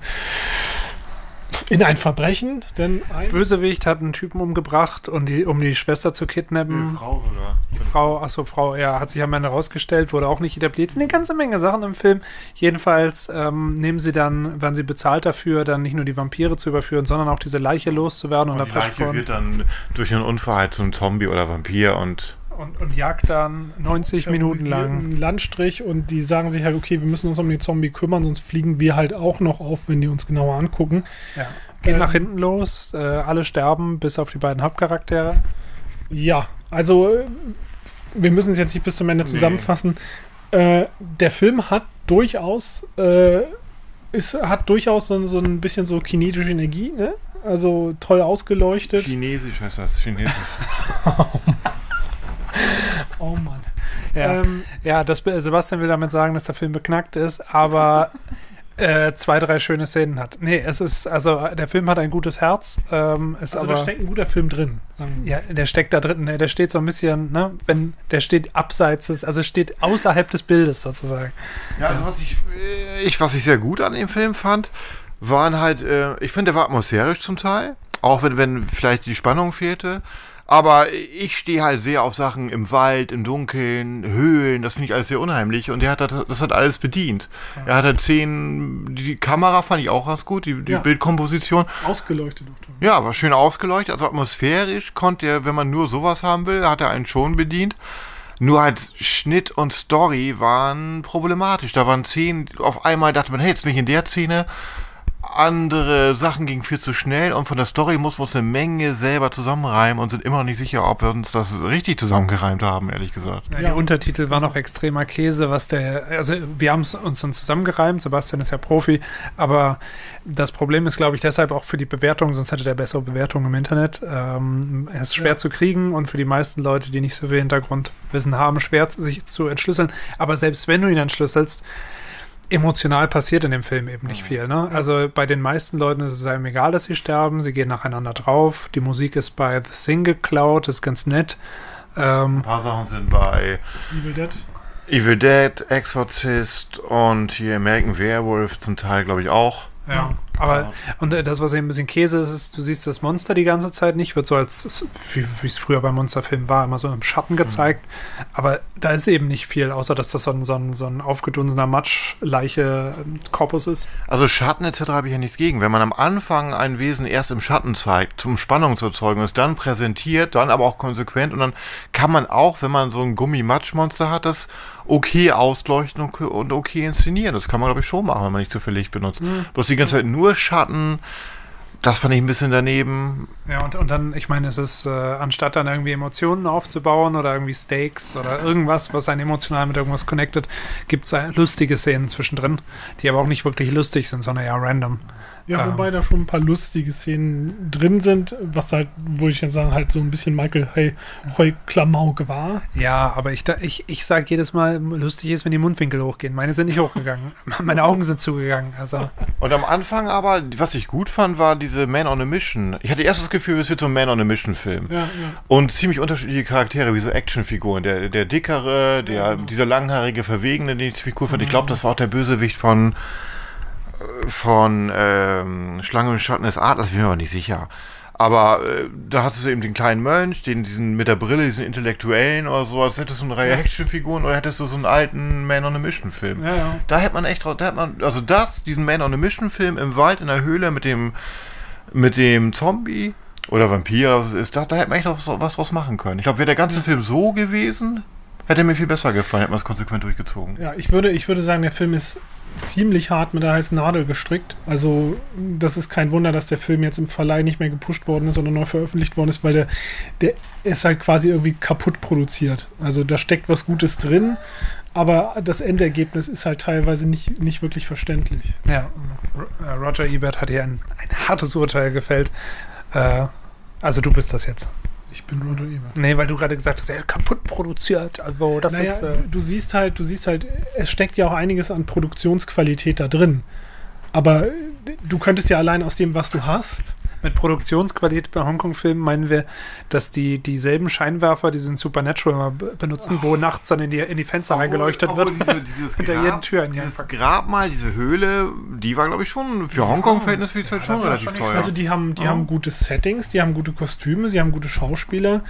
ein Verbrechen, denn Bösewicht hat einen Typen umgebracht, um die Schwester zu kidnappen. Frau sogar. Frau, ja, hat sich am Ende rausgestellt, wurde auch nicht etabliert. Eine ganze Menge Sachen im Film. Jedenfalls nehmen sie dann, werden sie bezahlt dafür, dann nicht nur die Vampire zu überführen, sondern auch diese Leiche loszuwerden. Und die Leiche wird dann durch einen Unfall halt zum Zombie oder Vampir und jagt dann 90 Minuten lang. einen Landstrich, und die sagen sich halt, okay, wir müssen uns um die Zombie kümmern, sonst fliegen wir halt auch noch auf, wenn die uns genauer angucken. Ja. Geht nach hinten los, alle sterben, bis auf die beiden Hauptcharaktere. Ja, also wir müssen es jetzt nicht bis zum Ende zusammenfassen. Der Film hat durchaus so ein bisschen so kinetische Energie, ne? Also toll ausgeleuchtet. Chinesisch heißt das. Chinesisch. Oh Mann. Ja, Sebastian will damit sagen, dass der Film beknackt ist, aber 2, 3 schöne Szenen hat. Nee, der Film hat ein gutes Herz. Da steckt ein guter Film drin. Ja, der steckt da drin, der steht so ein bisschen, ne, der steht abseits steht außerhalb des Bildes sozusagen. Ja, also was ich sehr gut an dem Film fand, waren halt, ich finde, der war atmosphärisch zum Teil, auch wenn vielleicht die Spannung fehlte. Aber ich stehe halt sehr auf Sachen im Wald, im Dunkeln, Höhlen, das finde ich alles sehr unheimlich, und das hat alles bedient. Ja. Er hatte die Kamera fand ich auch ganz gut, die Bildkomposition. Ausgeleuchtet. Ja, war schön ausgeleuchtet, also atmosphärisch konnte er, wenn man nur sowas haben will, hat er einen schon bedient. Nur halt Schnitt und Story waren problematisch. Da waren Szenen, auf einmal dachte man, hey, jetzt bin ich in der Szene. Andere Sachen gingen viel zu schnell, und von der Story mussten wir uns eine Menge selber zusammenreimen und sind immer noch nicht sicher, ob wir uns das richtig zusammengereimt haben, ehrlich gesagt. Ja, die Untertitel waren noch extremer Käse, wir haben es uns dann zusammengereimt, Sebastian ist ja Profi, aber das Problem ist, glaube ich, deshalb auch für die Bewertung, sonst hätte der bessere Bewertungen im Internet. Er ist schwer zu kriegen, und für die meisten Leute, die nicht so viel Hintergrundwissen haben, schwer sich zu entschlüsseln, aber selbst wenn du ihn entschlüsselst, emotional passiert in dem Film eben nicht viel, ne? Also bei den meisten Leuten ist es einem egal, dass sie sterben, sie gehen nacheinander drauf, die Musik ist bei The Thing geklaut, ist ganz nett. Ein paar Sachen sind bei Evil Dead, Exorcist und hier American Werewolf zum Teil, glaube ich, auch. Ja. Aber, und das, was eben ein bisschen Käse ist, du siehst das Monster die ganze Zeit nicht, wird so als, wie es früher bei Monsterfilmen war, immer so im Schatten gezeigt. Aber da ist eben nicht viel, außer dass das so ein aufgedunsener Matschleiche-Korpus ist. Also Schatten etc. habe ich ja nichts gegen. Wenn man am Anfang ein Wesen erst im Schatten zeigt, um Spannung zu erzeugen, und es dann präsentiert, dann aber auch konsequent, und dann kann man auch, wenn man so ein Gummi-Matsch-Monster hat, das okay ausleuchten und okay inszenieren. Das kann man, glaube ich, schon machen, wenn man nicht zu viel Licht benutzt. Bloß die ganze Zeit nur Schatten, das fand ich ein bisschen daneben. Ja, und dann, ich meine, es ist, anstatt dann irgendwie Emotionen aufzubauen oder irgendwie Stakes oder irgendwas, was einen emotional mit irgendwas connectet, gibt es lustige Szenen zwischendrin, die aber auch nicht wirklich lustig sind, sondern ja random. Ja, wobei da schon ein paar lustige Szenen drin sind, was halt, wo ich jetzt sagen, halt so ein bisschen Michael Klamauk war. Ja, aber ich sage jedes Mal, lustig ist, wenn die Mundwinkel hochgehen. Meine sind nicht hochgegangen. Meine Augen sind zugegangen. Also. Und am Anfang aber, was ich gut fand, war diese Man on a Mission. Ich hatte erst das Gefühl, es wird so ein Man on a Mission Film. Ja. Und ziemlich unterschiedliche Charaktere, wie so Actionfiguren. Der dickere, dieser langhaarige Verwegene, den ich ziemlich cool fand. Ich glaube, das war auch der Bösewicht von Schlange und Schatten des Adlers, bin mir aber nicht sicher. Aber da hast du eben den kleinen Mönch, diesen mit der Brille, diesen Intellektuellen oder so, als hättest du eine Reihe Actionfiguren oder hättest du so einen alten Man on a Mission Film. Ja. Da hätte man echt diesen Man on a Mission Film im Wald, in der Höhle mit dem Zombie oder Vampir, da hätte man echt was draus machen können. Ich glaube, wäre der ganze Film so gewesen, hätte mir viel besser gefallen, hätte man es konsequent durchgezogen. Ja, ich würde sagen, der Film ist ziemlich hart mit der heißen Nadel gestrickt. Also das ist kein Wunder, dass der Film jetzt im Verleih nicht mehr gepusht worden ist oder neu veröffentlicht worden ist, weil der ist halt quasi irgendwie kaputt produziert. Also da steckt was Gutes drin, aber das Endergebnis ist halt teilweise nicht wirklich verständlich. Ja, Roger Ebert hat hier ein hartes Urteil gefällt. Also du bist das jetzt. Ich bin Roger Ebert. Nee, weil du gerade gesagt hast, er kaputt produziert. Also das ist. Du siehst halt, es steckt ja auch einiges an Produktionsqualität da drin. Aber du könntest ja allein aus dem, was du hast. Mit Produktionsqualität bei Hongkong-Filmen meinen wir, dass dieselben Scheinwerfer, die sie in Supernatural immer benutzen, wo nachts dann in die Fenster reingeleuchtet wird. Hinter jeden Türen. Dieses Grabmal, diese Höhle, die war, glaube ich, schon für Hongkong-Verhältnis für die Zeit schon relativ teuer. Also die haben gute Settings, die haben gute Kostüme, sie haben gute Schauspieler.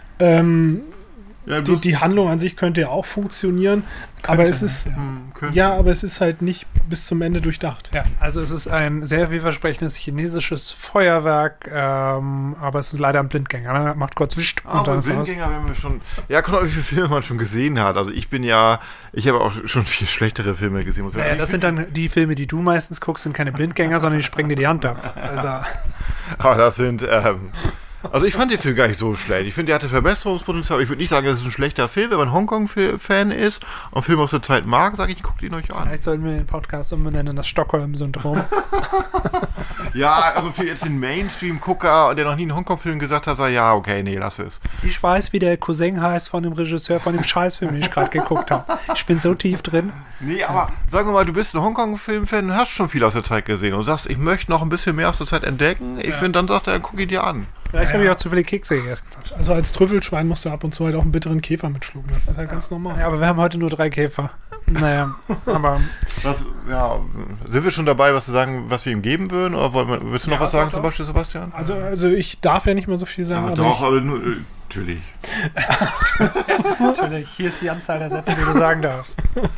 Die Handlung an sich könnte ja auch funktionieren, aber es ist aber es ist halt nicht bis zum Ende durchdacht. Ja, also es ist ein sehr vielversprechendes chinesisches Feuerwerk, aber es ist leider ein Blindgänger. Ne? Macht kurz wischt und dann ist Blindgänger, wenn wir schon. Ja, kommt auch, wie viele Filme man schon gesehen hat. Also ich habe auch schon viel schlechtere Filme gesehen. Ja, das sind dann die Filme, die du meistens guckst, sind keine Blindgänger, sondern die sprengen dir die Hand ab. Also. Aber das sind. Also ich fand den Film gar nicht so schlecht. Ich finde, der hatte Verbesserungspotenzial. Ich würde nicht sagen, das ist ein schlechter Film. Wenn man Hongkong-Fan ist und Filme aus der Zeit mag, sage ich, guckt ihn euch an. Vielleicht sollten wir den Podcast umbenennen, das Stockholm-Syndrom. Ja, also für jetzt den Mainstream-Gucker, der noch nie einen Hongkong-Film gesagt hat, sagt ja, okay, nee, lass es. Ich weiß, wie der Cousin heißt von dem Regisseur von dem Scheißfilm, den ich gerade geguckt habe. Ich bin so tief drin. Nee, aber sagen wir mal, du bist ein Hongkong-Film-Fan und hast schon viel aus der Zeit gesehen und sagst, ich möchte noch ein bisschen mehr aus der Zeit entdecken. Ich finde, dann sagt er, guck ihn dir an. Vielleicht habe ich auch zu viele Kekse gegessen. Also als Trüffelschwein musst du ab und zu halt auch einen bitteren Käfer mitschlucken. Das ist halt ganz normal. Ja, aber wir haben heute nur 3 Käfer. Naja, aber... Sind wir schon dabei, was zu sagen, was wir ihm geben würden? Oder willst du noch was sagen, zum Beispiel, Sebastian? Also ich darf ja nicht mehr so viel sagen. Aber nur... Natürlich. Natürlich. Hier ist die Anzahl der Sätze, die du sagen darfst.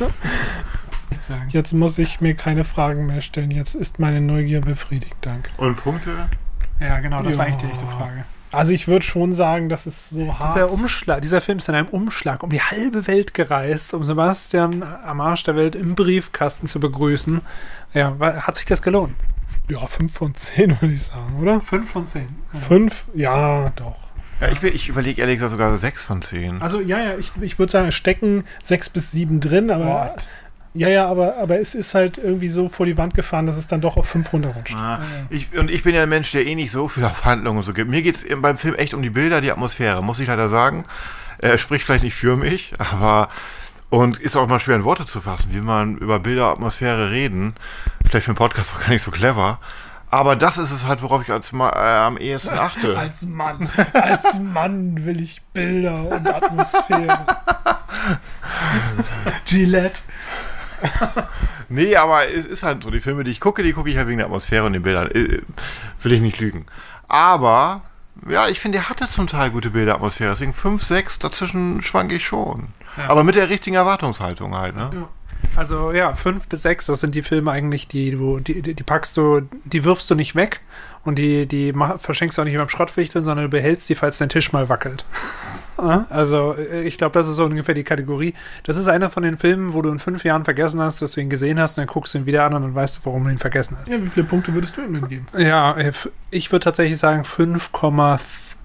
Jetzt muss ich mir keine Fragen mehr stellen. Jetzt ist meine Neugier befriedigt. Danke. Und Punkte? Ja, genau, das war eigentlich die echte Frage. Also ich würde schon sagen, dass es so hart... Dieser Film ist in einem Umschlag um die halbe Welt gereist, um Sebastian am Arsch der Welt im Briefkasten zu begrüßen. Ja, hat sich das gelohnt? Ja, 5 von 10 würde ich sagen, oder? 5 von 10. Ja. 5? Ja, doch. Ja, ich überlege ehrlich gesagt sogar 6 von 10. Also ich würde sagen, es stecken 6 bis 7 drin, aber... Ja, aber es ist halt irgendwie so vor die Wand gefahren, dass es dann doch auf 5 runterrutscht. Ich bin ja ein Mensch, der nicht so viel auf Handlung und so gibt. Mir geht es beim Film echt um die Bilder, die Atmosphäre, muss ich leider sagen. Er spricht vielleicht nicht für mich, und ist auch mal schwer in Worte zu fassen, wie man über Bilder, Atmosphäre reden. Vielleicht für einen Podcast auch gar nicht so clever. Aber das ist es halt, worauf ich am ehesten achte. Als Mann will ich Bilder und Atmosphäre. Gillette. Nee, aber es ist halt so, die Filme, die ich gucke ich halt wegen der Atmosphäre und den Bildern. Will ich nicht lügen. Aber, ja, ich finde, er hatte zum Teil gute Bilderatmosphäre. Deswegen 5, 6, dazwischen schwanke ich schon. Ja. Aber mit der richtigen Erwartungshaltung halt, ne? Ja. Also ja, 5 bis 6, das sind die Filme eigentlich, die packst du, die wirfst du nicht weg und die verschenkst du auch nicht beim Schrottwichteln, sondern du behältst die, falls dein Tisch mal wackelt. Ja, also ich glaube, das ist so ungefähr die Kategorie. Das ist einer von den Filmen, wo du in 5 Jahren vergessen hast, dass du ihn gesehen hast und dann guckst du ihn wieder an und dann weißt du, warum du ihn vergessen hast. Ja, wie viele Punkte würdest du ihm denn geben? Ja, ich würde tatsächlich sagen 5,5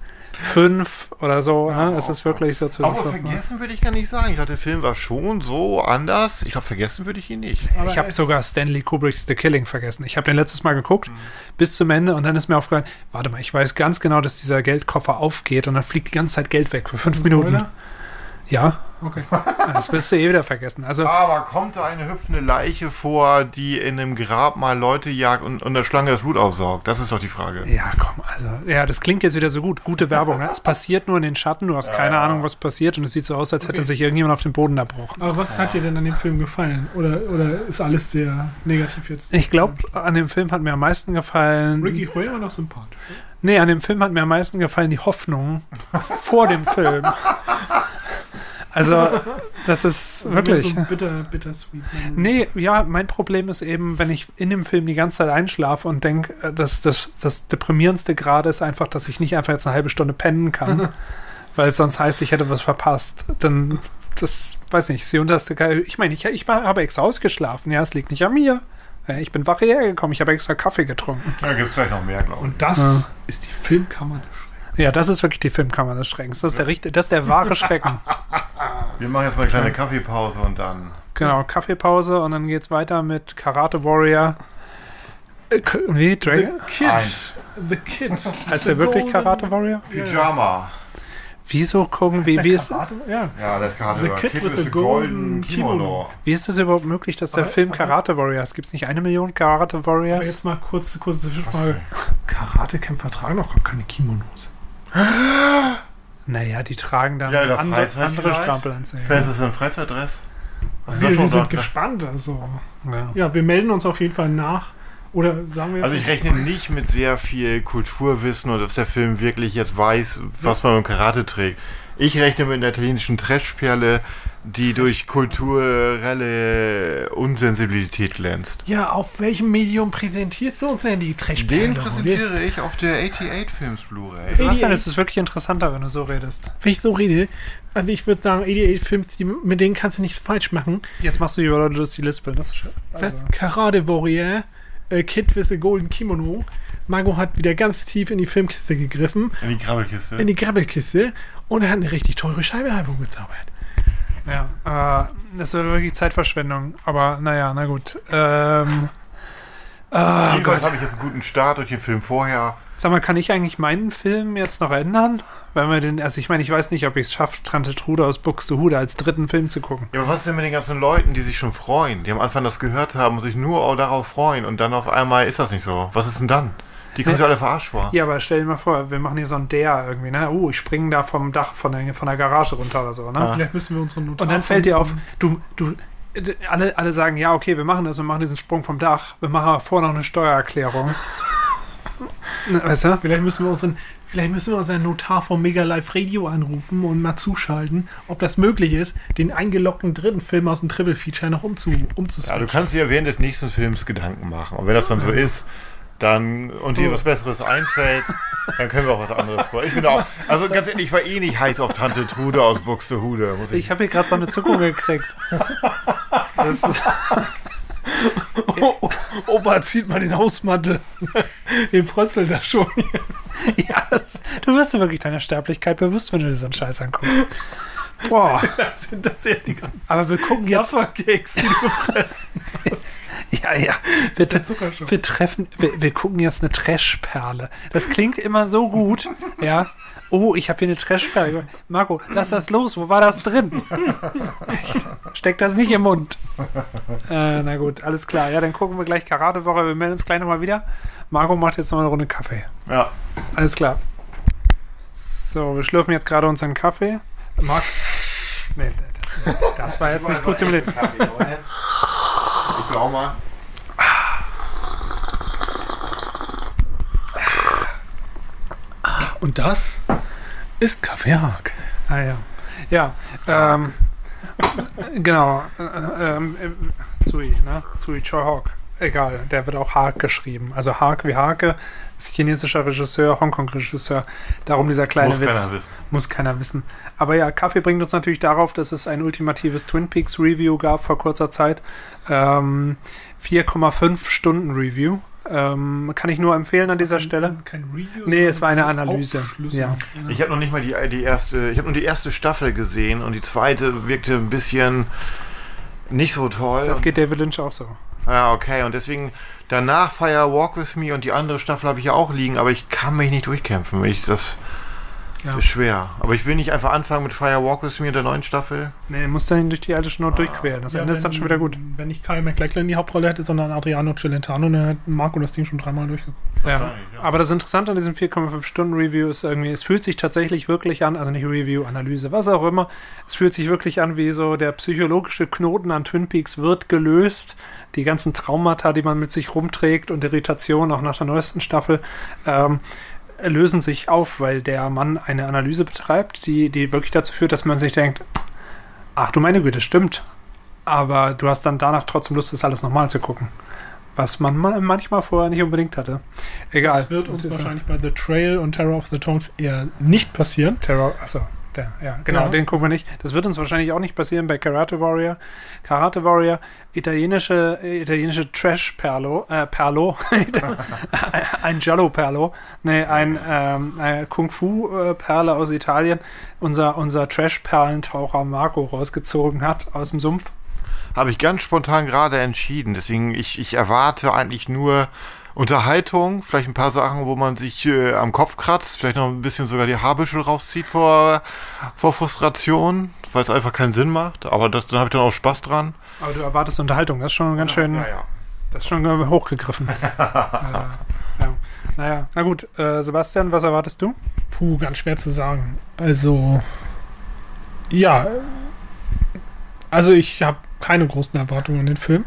oder so. Ja, es ist wirklich so zwischen Aber 5, vergessen würde ich gar nicht sagen. Ich dachte, der Film war schon so anders. Ich glaube, vergessen würde ich ihn nicht. Ich habe sogar Stanley Kubricks The Killing vergessen. Ich habe den letztes Mal geguckt, bis zum Ende, und dann ist mir aufgefallen, warte mal, ich weiß ganz genau, dass dieser Geldkoffer aufgeht und dann fliegt die ganze Zeit Geld weg für 5 Minuten. Spoiler? Ja, Okay. das wirst du eh wieder vergessen. Also, Aber kommt da eine hüpfende Leiche vor, die in einem Grab mal Leute jagt und der Schlange das Blut aufsaugt? Das ist doch die Frage. ja, komm, also, ja, das klingt jetzt wieder so gut. Gute Werbung. Ne? Es passiert nur in den Schatten, du hast keine Ahnung, was passiert, und es sieht so aus, als hätte sich irgendjemand auf den Boden erbrochen. Aber was hat dir denn an dem Film gefallen? Oder ist alles sehr negativ jetzt? Ich glaube, an dem Film hat mir am meisten gefallen. Ricky Hui war noch sympathisch. Nee, an dem Film hat mir am meisten gefallen die Hoffnung vor dem Film. Also, das ist wirklich. So bittersweet. Nee, ja, mein Problem ist eben, wenn ich in dem Film die ganze Zeit einschlafe und denke, dass das deprimierendste gerade ist einfach, dass ich nicht einfach jetzt eine halbe Stunde pennen kann, weil es sonst heißt, ich hätte was verpasst. Dann, das, weiß nicht, ist die unterste Ich meine, ich habe extra ausgeschlafen, ja, es liegt nicht an mir. Ja, ich bin wach hierher gekommen, ich habe extra Kaffee getrunken. Da gibt es vielleicht noch mehr, glaube ich. Und das ist die Filmkammer des Schreckens. Ja, das ist wirklich die Filmkammer des Schreckens. Das ist der wahre Schrecken. Wir machen jetzt mal eine kleine Kaffeepause und dann... Genau, Kaffeepause und dann geht's weiter mit Karate Warrior. Wie? Dragon? The Kid. Heißt der wirklich Karate Warrior? Pyjama. Wieso gucken, wie ist, Ja. Ja, das Karate The Warrior. Kid with with the golden Kimono. wie ist das überhaupt möglich, dass der Film Karate Warrior ist? Gibt es nicht 1 Million Karate Aber Warriors? jetzt mal kurze Zwischenfrage. Karatekämpfer tragen doch gar keine Kimonos. Naja, die tragen dann Ja, in der andere Freizeit vielleicht. Strampelanzüge. Vielleicht ist es ein Freizeitdress. Wir sind gespannt. Also. Ja. Ja, wir melden uns auf jeden Fall nach. Oder sagen wir Also ich rechne nicht mit sehr viel Kulturwissen oder dass der Film wirklich jetzt weiß, was man im Karate trägt. Ich rechne mit einer italienischen Trashperle, die durch kulturelle Unsensibilität glänzt. Ja, auf welchem Medium präsentierst du uns denn die Trashperle? Den präsentiere ich auf der 88 Films Blu-ray. Sebastian, es ist wirklich interessanter, wenn du so redest. Wenn ich so rede, also ich würde sagen, 88 Films, mit denen kannst du nichts falsch machen. Jetzt machst du die Leute durch die Lispel. Das ist schön. Also. Karate Warrior, Kid with the Golden Kimono. Margot hat wieder ganz tief in die Filmkiste gegriffen. In die Krabbelkiste. In die Grabbelkiste. Und er hat eine richtig teure Scheibe gezaubert. Ja, das wäre wirklich Zeitverschwendung. Aber naja, na gut. Jedenfalls habe ich jetzt einen guten Start durch den Film vorher. Sag mal, kann ich eigentlich meinen Film jetzt noch ändern? Wenn wir den, also ich meine, ich weiß nicht, ob ich es schaffe, Tante Trude aus Buxtehude als 3. Film zu gucken. Ja, aber was ist denn mit den ganzen Leuten, die sich schon freuen, die am Anfang das gehört haben und sich nur auch darauf freuen und dann auf einmal ist das nicht so? Was ist denn dann? Die kommen sich alle verarscht vor. Ja, aber stell dir mal vor, wir machen hier so ein Der irgendwie, ne? Ich springe da vom Dach von der Garage runter oder so, ne? Ja. Vielleicht müssen wir unseren Notar. Und dann fällt dir auf, alle sagen, ja, okay, wir machen das und machen diesen Sprung vom Dach. Wir machen aber vorher noch eine Steuererklärung. Weißt du? Vielleicht müssen wir unseren Notar vom Mega Live Radio anrufen und mal zuschalten, ob das möglich ist, den eingeloggten 3. Film aus dem Triple Feature noch umzuswitchen. Ja, du kannst dir ja während des nächsten Films Gedanken machen. Und wenn das dann so ist, dann und dir was Besseres einfällt, dann können wir auch was anderes vor. Ich bin auch, also ganz ehrlich, ich war eh nicht heiß auf Tante Trude aus Buxtehude. Ich habe hier gerade so eine Zuckung gekriegt. Das ist Opa zieht mal den Hausmantel. Dem fröstelt das schon. ja, du wirst dir wirklich deiner Sterblichkeit bewusst, wenn du dir so einen Scheiß anguckst. Boah. Sind das ja die ganzen Aber wir gucken jetzt. Keks, die du fressen. Ja. Wir gucken jetzt eine Trashperle. Das klingt immer so gut. Ja. Oh, ich habe hier eine Trashperle. Marco, lass das los. Wo war das drin? Steck das nicht im Mund. Na gut, alles klar. Ja, dann gucken wir gleich Karate-Woche. Wir melden uns gleich nochmal wieder. Marco macht jetzt noch eine Runde Kaffee. Ja. Alles klar. So, wir schlürfen jetzt gerade unseren Kaffee. Marc. Nee, das war jetzt nicht gut simuliert. du auch mal? Und das ist Kaffee Haag. Ah ja. Ja, genau. Tsui, ne? Tsui Choi Hawk. Egal, der wird auch Haag geschrieben. Also Haag wie Hake ist chinesischer Regisseur, Hongkong-Regisseur. Darum dieser kleine Witz. Keiner wissen. Muss keiner wissen. Aber ja, Kaffee bringt uns natürlich darauf, dass es ein ultimatives Twin Peaks Review gab vor kurzer Zeit. 4,5 Stunden Review. Kann ich nur empfehlen an dieser Stelle. Kein Review? Nee, es war eine Analyse. Aufschlüsse. Ja. Ich habe noch nicht mal die erste, ich habe nur die erste Staffel gesehen und die zweite wirkte ein bisschen nicht so toll. Das geht David Lynch auch so. Ja, okay, und deswegen danach Fire Walk With Me und die andere Staffel habe ich ja auch liegen, aber ich kann mich nicht durchkämpfen. Das ist schwer. Aber ich will nicht einfach anfangen mit Fire Walk With Me in der neuen Staffel. Nee, muss dann durch die alte Schnur durchquälen. Das Ende ist dann schon wieder gut. Wenn ich Kyle MacLachlan die Hauptrolle hätte, sondern Adriano Celentano, dann hätte Marco das Ding schon 3-mal durchgeguckt. Ja. Aber das Interessante an diesem 4,5 Stunden Review ist irgendwie, es fühlt sich tatsächlich wirklich an, also nicht Review, Analyse, was auch immer, es fühlt sich wirklich an, wie so der psychologische Knoten an Twin Peaks wird gelöst. Die ganzen Traumata, die man mit sich rumträgt und Irritationen auch nach der neuesten Staffel, lösen sich auf, weil der Mann eine Analyse betreibt, die wirklich dazu führt, dass man sich denkt, ach du meine Güte, stimmt. Aber du hast dann danach trotzdem Lust, das alles nochmal zu gucken. Was man manchmal vorher nicht unbedingt hatte. Egal. Das wird uns wahrscheinlich bei The Trail und Terror of the Tongues eher nicht passieren. Den gucken wir nicht. Das wird uns wahrscheinlich auch nicht passieren bei Karate Warrior. Karate Warrior, italienische Trash-Perlo, ein Giallo-Perlo, ein Kung-Fu-Perle aus Italien, unser Trash-Perlentaucher Marco rausgezogen hat aus dem Sumpf. Habe ich ganz spontan gerade entschieden. Deswegen, ich erwarte eigentlich nur Unterhaltung, vielleicht ein paar Sachen, wo man sich am Kopf kratzt, vielleicht noch ein bisschen sogar die Haarbüschel rauszieht vor Frustration, weil es einfach keinen Sinn macht. Aber dann habe ich dann auch Spaß dran. Aber du erwartest Unterhaltung, das ist schon ganz schön, das ist schon hochgegriffen. Naja, na gut. Sebastian, was erwartest du? Puh, ganz schwer zu sagen. Also, ja, ich habe keine großen Erwartungen an den Film.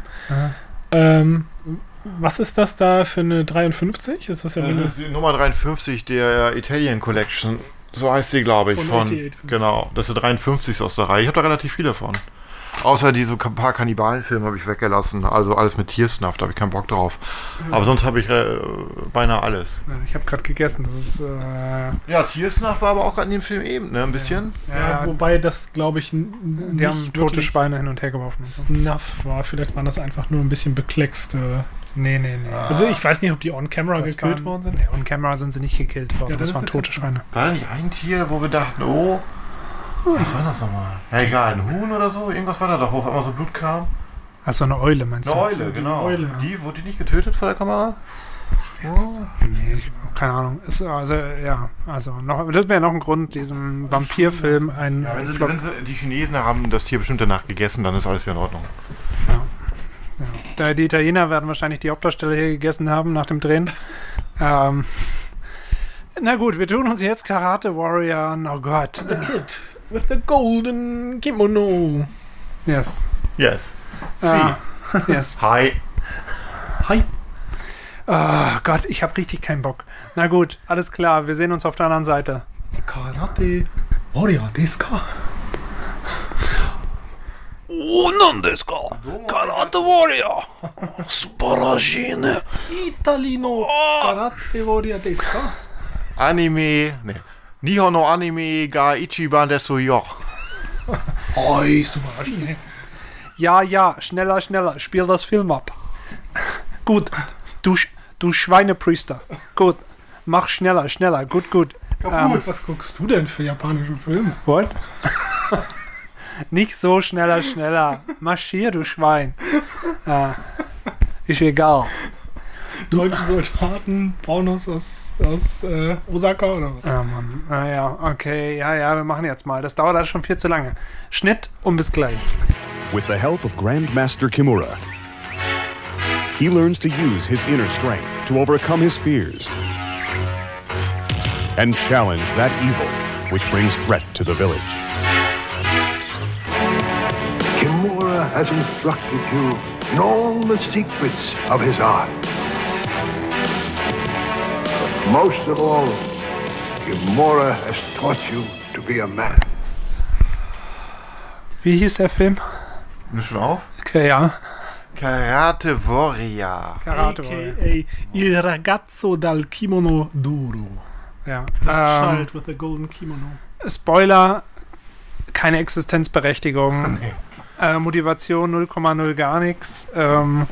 Was ist das da für eine 53? Ist das ja das ist die Nummer 53 der Italian Collection. So heißt sie, glaube ich. Genau, das ist der 53. aus der Reihe. Ich habe da relativ viele davon. Außer diese paar Kannibalenfilme habe ich weggelassen. Also alles mit Tiersnuff, da habe ich keinen Bock drauf. Aber sonst habe ich beinahe alles. Ja, ich habe gerade gegessen. Das ist, ja, Tiersnuff war aber auch gerade in dem Film eben, ne? Ein bisschen. Ja, wobei das, glaube ich, die haben tote Schweine hin und her geworfen. Snuff war. Vielleicht waren das einfach nur ein bisschen bekleckste. Nee. Also ich weiß nicht, ob die on-camera gekillt worden sind. Nee, on-camera sind sie nicht gekillt worden. Ja, das waren tote Schweine. War da nicht ein Tier, wo wir dachten, was war das nochmal? Ja, egal, ein Huhn oder so? Irgendwas war da doch, wo auf einmal so Blut kam. Achso, eine Eule meinst du? Eine Eule, genau. Eule. Wurde die nicht getötet vor der Kamera? Nee, keine Ahnung. Das wäre noch ein Grund, diesem Vampirfilm ein. Ja, wenn die Chinesen haben das Tier bestimmt danach gegessen, dann ist alles wieder in Ordnung. Ja. Die Italiener werden wahrscheinlich die Hauptdarsteller hier gegessen haben nach dem Drehen. Na gut, wir tun uns jetzt Karate Warrior. Oh Gott. The Kid with the golden kimono. Yes. Yes. Yes. Hi. Oh Gott, ich habe richtig keinen Bock. Na gut, alles klar, wir sehen uns auf der anderen Seite. Karate Warrior desu ka? Non desu ka? Karate Warrior. Subarashine. Italino Karate Warrior desu ka? Nihon no Anime ga Ichiban desu yo. Oi, Subarashine. Ja, schneller, spiel das Film ab. Gut, du Schweinepriester. Gut, mach schneller, gut. Was guckst du denn für japanische Filme? What? Nicht so schneller. Marschier, du Schwein. Ist egal. Deutsche Soldaten, Pornos aus Osaka oder was? Ja, Mann. Ja, okay. Ja, wir machen jetzt mal. Das dauert alles schon viel zu lange. Schnitt und bis gleich. With the help of Grandmaster Kimura, he learns to use his inner strength to overcome his fears and challenge that evil which brings threat to the village. Kimura Kimura has instructed you in all the secrets of his art. But most of all, Kimura has taught you to be a man. Wie hieß der Film? Nimm schon auf? Okay, ja. Karate Warrior. Karate Warrior. A.k.a. Il ragazzo dal kimono duro. Ja. Child with a golden kimono. Spoiler, keine Existenzberechtigung. Motivation 0,0 gar nichts. Ein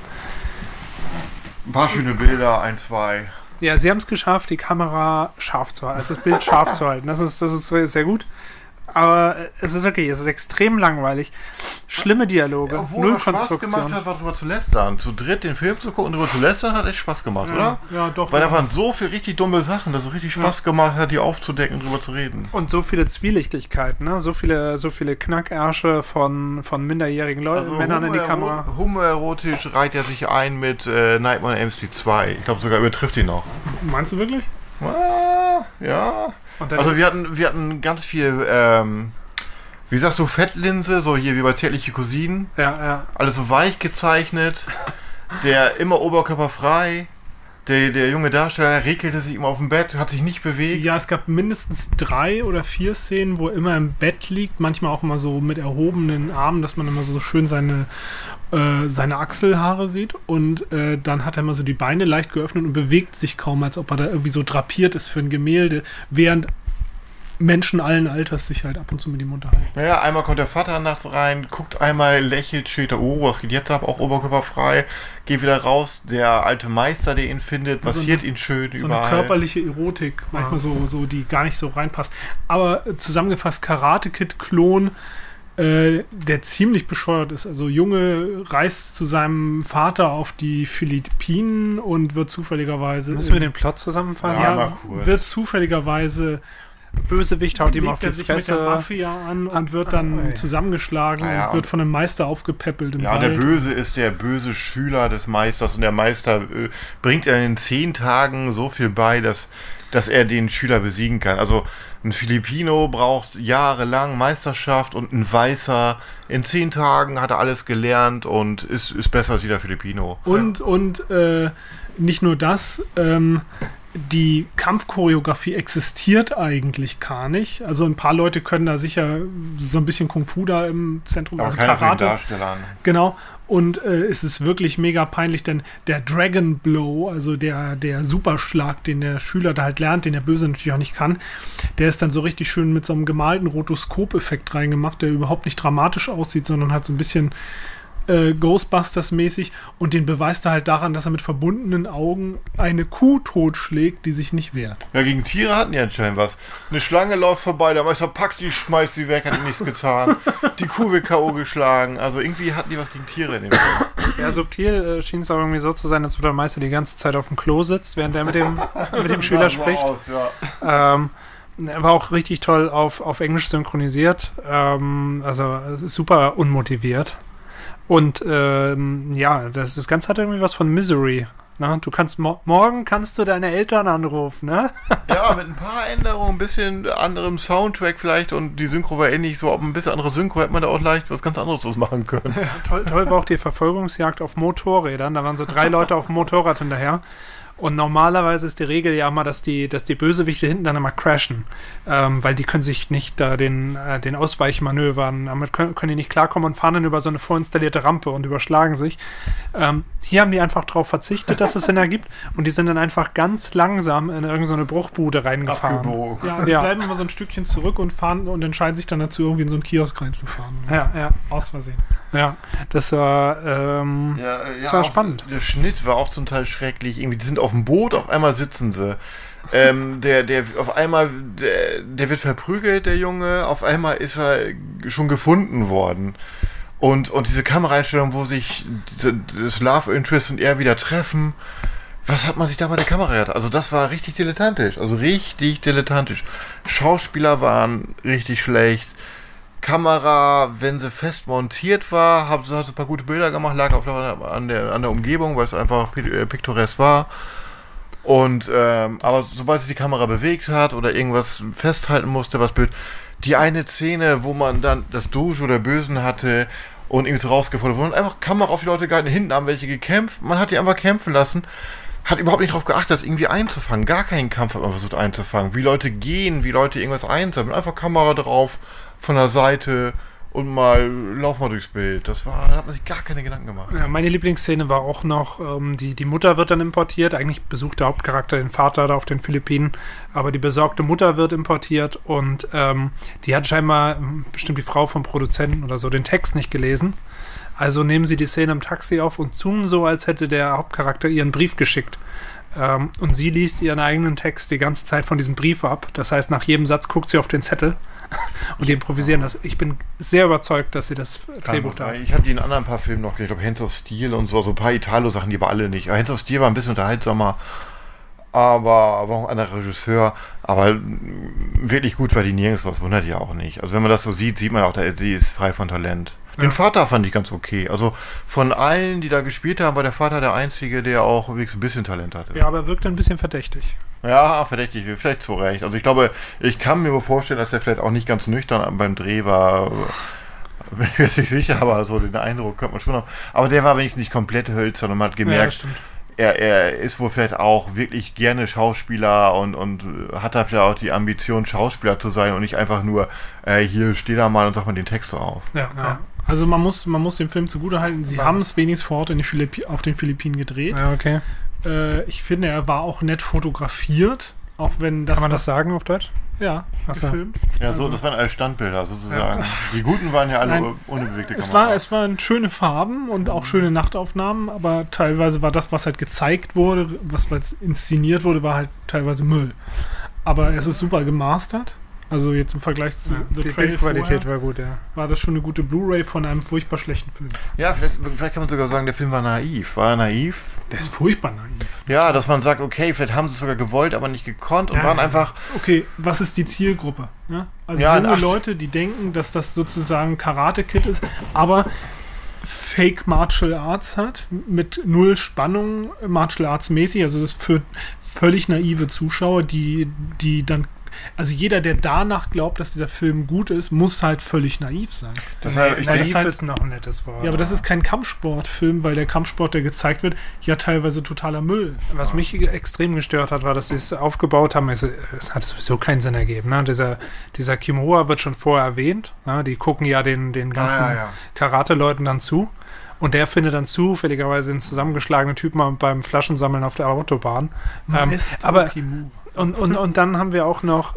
paar schöne Bilder, 1, 2. Ja, sie haben es geschafft, die Kamera scharf zu halten, also das Bild scharf zu halten. Das ist sehr gut. Aber es ist extrem langweilig. Schlimme Dialoge, Obwohl null es Spaß Konstruktion. gemacht hat, war drüber zu lästern. Zu dritt den Film zu gucken und drüber zu lästern, hat echt Spaß gemacht, oder? Ja, doch. Weil da waren so viele richtig dumme Sachen, dass es richtig Spaß gemacht hat, die aufzudecken und drüber zu reden. Und so viele Zwielichtigkeiten, ne? So viele Knackärsche von minderjährigen Leuten, Männern in die Kamera. Homoerotisch reiht er sich ein mit Nightmare on Elm Street 2. Ich glaube sogar übertrifft ihn noch. Meinst du wirklich? Ja. Und dann Also wir hatten ganz viel, wie sagst du, Fettlinse, so hier wie bei Zärtliche Cousinen. ja. Alles so weich gezeichnet. Der immer oberkörperfrei. Der junge Darsteller regelte sich immer auf dem Bett, hat sich nicht bewegt. Ja, es gab mindestens 3 oder 4 Szenen, wo er immer im Bett liegt, manchmal auch immer so mit erhobenen Armen, dass man immer so schön seine Achselhaare sieht, und dann hat er immer so die Beine leicht geöffnet und bewegt sich kaum, als ob er da irgendwie so drapiert ist für ein Gemälde, während Menschen allen Alters sich halt ab und zu mit ihm unterhalten. Naja, einmal kommt der Vater nachts rein, guckt einmal, lächelt, steht da, oh, was geht jetzt ab, auch oberkörperfrei, geht wieder raus, der alte Meister, der ihn findet, massiert ihn schön So überall. eine körperliche Erotik, manchmal so, die gar nicht so reinpasst. Aber zusammengefasst, Karate Kid-Klon, der ziemlich bescheuert ist. Also Junge reist zu seinem Vater auf die Philippinen und wird zufälligerweise... Müssen wir den Plot zusammenfassen? Ja, ja, mal kurz. wird zufälligerweise... Bösewicht haut ihm auf legt er die sich mit der Fresse. Mafia an und wird dann zusammengeschlagen Ja, und wird von einem Meister aufgepäppelt im Ja, der Wald. Böse ist der böse Schüler des Meisters und der Meister bringt er in 10 Tagen so viel bei, dass er den Schüler besiegen kann. Also ein Filipino braucht jahrelang Meisterschaft und ein Weißer in 10 Tagen hat er alles gelernt und ist besser als jeder Filipino. Und nicht nur das, die Kampfchoreografie existiert eigentlich gar nicht. Also ein paar Leute können da sicher so ein bisschen Kung Fu da im Zentrum, Aber also keiner von den Karate. Darstellern. Genau. Und es ist wirklich mega peinlich, denn der Dragon Blow, also der Superschlag, den der Schüler da halt lernt, den der Böse natürlich auch nicht kann, der ist dann so richtig schön mit so einem gemalten Rotoskop-Effekt reingemacht, der überhaupt nicht dramatisch aussieht, sondern hat so ein bisschen Ghostbusters-mäßig, und den beweist er halt daran, dass er mit verbundenen Augen eine Kuh totschlägt, die sich nicht wehrt. Ja, gegen Tiere hatten die anscheinend was. Eine Schlange läuft vorbei, der Meister packt die, schmeißt sie weg, hat ihm nichts getan. Die Kuh wird K.O. geschlagen. Also irgendwie hatten die was gegen Tiere in dem Film. Ja, subtil schien es auch irgendwie so zu sein, als würde der Meister die ganze Zeit auf dem Klo sitzt, während er mit dem Schüler spricht. War auch richtig toll auf Englisch synchronisiert. Also super unmotiviert. Und das Ganze hat irgendwie was von Misery. Ne? Du kannst morgen kannst du deine Eltern anrufen, ne? Ja, mit ein paar Änderungen, ein bisschen anderem Soundtrack vielleicht, und die Synchro war ähnlich, so ob ein bisschen andere Synchro hätte man da auch leicht was ganz anderes draus machen können. Toll war auch die Verfolgungsjagd auf Motorrädern. Da waren so 3 Leute auf dem Motorrad hinterher. Und normalerweise ist die Regel ja immer, dass die Bösewichte hinten dann immer crashen. Weil die können sich nicht da den Ausweichmanövern, damit können die nicht klarkommen und fahren dann über so eine vorinstallierte Rampe und überschlagen sich. Hier haben die einfach darauf verzichtet, dass es Sinn ergibt, und die sind dann einfach ganz langsam in irgendeine Bruchbude reingefahren. Abgebogen. Ja, die bleiben immer so ein Stückchen zurück und fahren und entscheiden sich dann dazu, irgendwie in so einen Kiosk reinzufahren. Ja. Aus Versehen. Ja, das war, das war spannend. Der Schnitt war auch zum Teil schrecklich. Irgendwie, die sind auf dem Boot, auf einmal sitzen sie. Der auf einmal, der wird verprügelt, der Junge, auf einmal ist er schon gefunden worden. Und diese Kameraeinstellung, wo sich das Love Interest und er wieder treffen, was hat man sich da bei der Kamera gedacht? Also das war richtig dilettantisch. Schauspieler waren richtig schlecht. Kamera, wenn sie fest montiert war, hat sie ein paar gute Bilder gemacht, lag auch an der Umgebung, weil es einfach piktoresk war. Und aber sobald sich die Kamera bewegt hat oder irgendwas festhalten musste, was blöd. Die eine Szene, wo man dann das Dojo der Bösen hatte und irgendwie so rausgefordert wurden. Und einfach Kamera auf die Leute gehalten, hinten haben welche gekämpft, man hat die einfach kämpfen lassen, hat überhaupt nicht darauf geachtet, das irgendwie einzufangen. Gar keinen Kampf hat man versucht einzufangen. Wie Leute gehen, wie Leute irgendwas einsammeln. Einfach Kamera drauf, von der Seite und lauf mal durchs Bild. Da hat man sich gar keine Gedanken gemacht. Ja, meine Lieblingsszene war auch noch, die Mutter wird dann importiert. Eigentlich besucht der Hauptcharakter den Vater da auf den Philippinen, aber die besorgte Mutter wird importiert und die hat scheinbar, bestimmt die Frau vom Produzenten oder so, den Text nicht gelesen. Also nehmen sie die Szene im Taxi auf und zoomen so, als hätte der Hauptcharakter ihren Brief geschickt. Und sie liest ihren eigenen Text die ganze Zeit von diesem Brief ab. Das heißt, nach jedem Satz guckt sie auf den Zettel und die improvisieren das. Ich bin sehr überzeugt, dass sie das Drehbuch da haben. Ich habe die in anderen paar Filmen noch gesehen. Ich glaube, Hands of Steel und so ein paar Italo-Sachen, die aber alle nicht. Hands of Steel war ein bisschen unterhaltsamer, aber war auch ein anderer Regisseur. Aber wirklich gut war die nirgends, was wundert ja auch nicht. Also wenn man das so sieht, sieht man auch, die ist frei von Talent. Den Vater fand ich ganz okay. Also von allen, die da gespielt haben, war der Vater der Einzige, der auch wirklich ein bisschen Talent hatte. Ja, aber er wirkte ein bisschen verdächtig. Ja, verdächtig, vielleicht zu Recht. Also ich glaube, ich kann mir vorstellen, dass er vielleicht auch nicht ganz nüchtern beim Dreh war. Bin ich mir jetzt nicht sicher, aber so den Eindruck könnte man schon haben. Aber der war wenigstens nicht komplett hölzern und man hat gemerkt, er ist wohl vielleicht auch wirklich gerne Schauspieler und hat da vielleicht auch die Ambition, Schauspieler zu sein und nicht einfach nur, hier steh da mal und sag mal den Text so auf. Ja. Also man muss dem Film zugutehalten, sie haben es wenigstens vor Ort auf den Philippinen gedreht. Ja, okay. Ich finde, er war auch nett fotografiert, auch wenn das... Kann man das sagen auf Deutsch? Ja, gefilmt. Ja, so, das waren alle Standbilder sozusagen. Ja. Die guten waren ja alle ohne bewegte Kamera. Es waren schöne Farben und auch schöne Nachtaufnahmen, aber teilweise war das, was halt gezeigt wurde, was inszeniert wurde, war halt teilweise Müll. Aber es ist super gemastert. Also jetzt im Vergleich zu The Trail Bildqualität war gut, ja. War das schon eine gute Blu-ray von einem furchtbar schlechten Film. Ja, vielleicht kann man sogar sagen, der Film war naiv. War er naiv? Der ist furchtbar naiv. Ja, dass man sagt, okay, vielleicht haben sie es sogar gewollt, aber nicht gekonnt und waren einfach... Okay, was ist die Zielgruppe? Ja? Also junge Leute, die denken, dass das sozusagen Karate-Kid ist, aber Fake Martial Arts hat, mit null Spannung, Martial Arts mäßig, also das ist für völlig naive Zuschauer, die dann... Also jeder, der danach glaubt, dass dieser Film gut ist, muss halt völlig naiv sein. Naiv ist noch ein nettes Wort. Ja, aber das ist kein Kampfsportfilm, weil der Kampfsport, der gezeigt wird, ja teilweise totaler Müll ist. Was mich extrem gestört hat, war, dass sie es aufgebaut haben. Es hat sowieso keinen Sinn ergeben. Ne? Dieser Kimura wird schon vorher erwähnt. Ne? Die gucken ja den ganzen Karate-Leuten dann zu. Und der findet dann zufälligerweise den zusammengeschlagenen Typen beim Flaschensammeln auf der Autobahn. Aber Und dann haben wir auch noch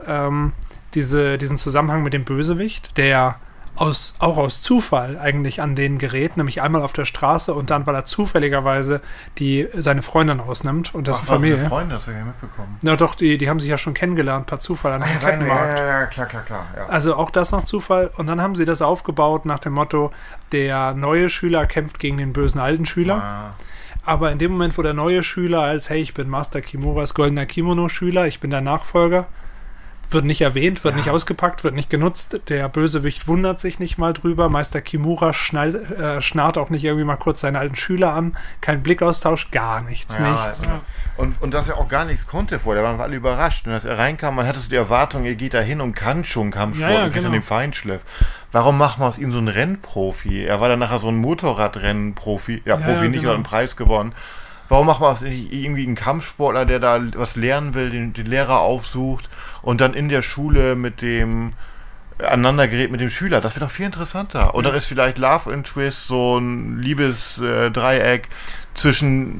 diesen Zusammenhang mit dem Bösewicht, der auch aus Zufall eigentlich an den gerät, nämlich einmal auf der Straße und dann, weil er zufälligerweise seine Freundin ausnimmt und dessen Familie. Seine Freundin, hast du ja mitbekommen. Na doch, die haben sich ja schon kennengelernt per Zufall an einem Kettenmarkt. Ja, klar. Ja. Also auch das noch Zufall. Und dann haben sie das aufgebaut nach dem Motto, der neue Schüler kämpft gegen den bösen alten Schüler. Ah. Aber in dem Moment, wo der neue Schüler als, hey, ich bin Master Kimuras goldener Kimono-Schüler, ich bin der Nachfolger, wird nicht erwähnt, wird nicht ausgepackt, wird nicht genutzt. Der Bösewicht wundert sich nicht mal drüber. Meister Kimura schnarrt auch nicht irgendwie mal kurz seine alten Schüler an. Kein Blickaustausch, gar nichts. Ja. Und dass er auch gar nichts konnte vorher, da waren wir alle überrascht. Und als er reinkam, man hatte so die Erwartung, er geht da hin und kann schon Kampfsport und kriegt an den Feinschliff. Warum macht man aus ihm so einen Rennprofi? Er war dann nachher so ein Motorradrennprofi. Profi nicht, aber einen Preis gewonnen. Warum macht man aus irgendwie einen Kampfsportler, der da was lernen will, den Lehrer aufsucht und dann in der Schule mit dem aneinander gerät mit dem Schüler? Das wäre doch viel interessanter. Und dann ist vielleicht Love Interest so ein Liebesdreieck zwischen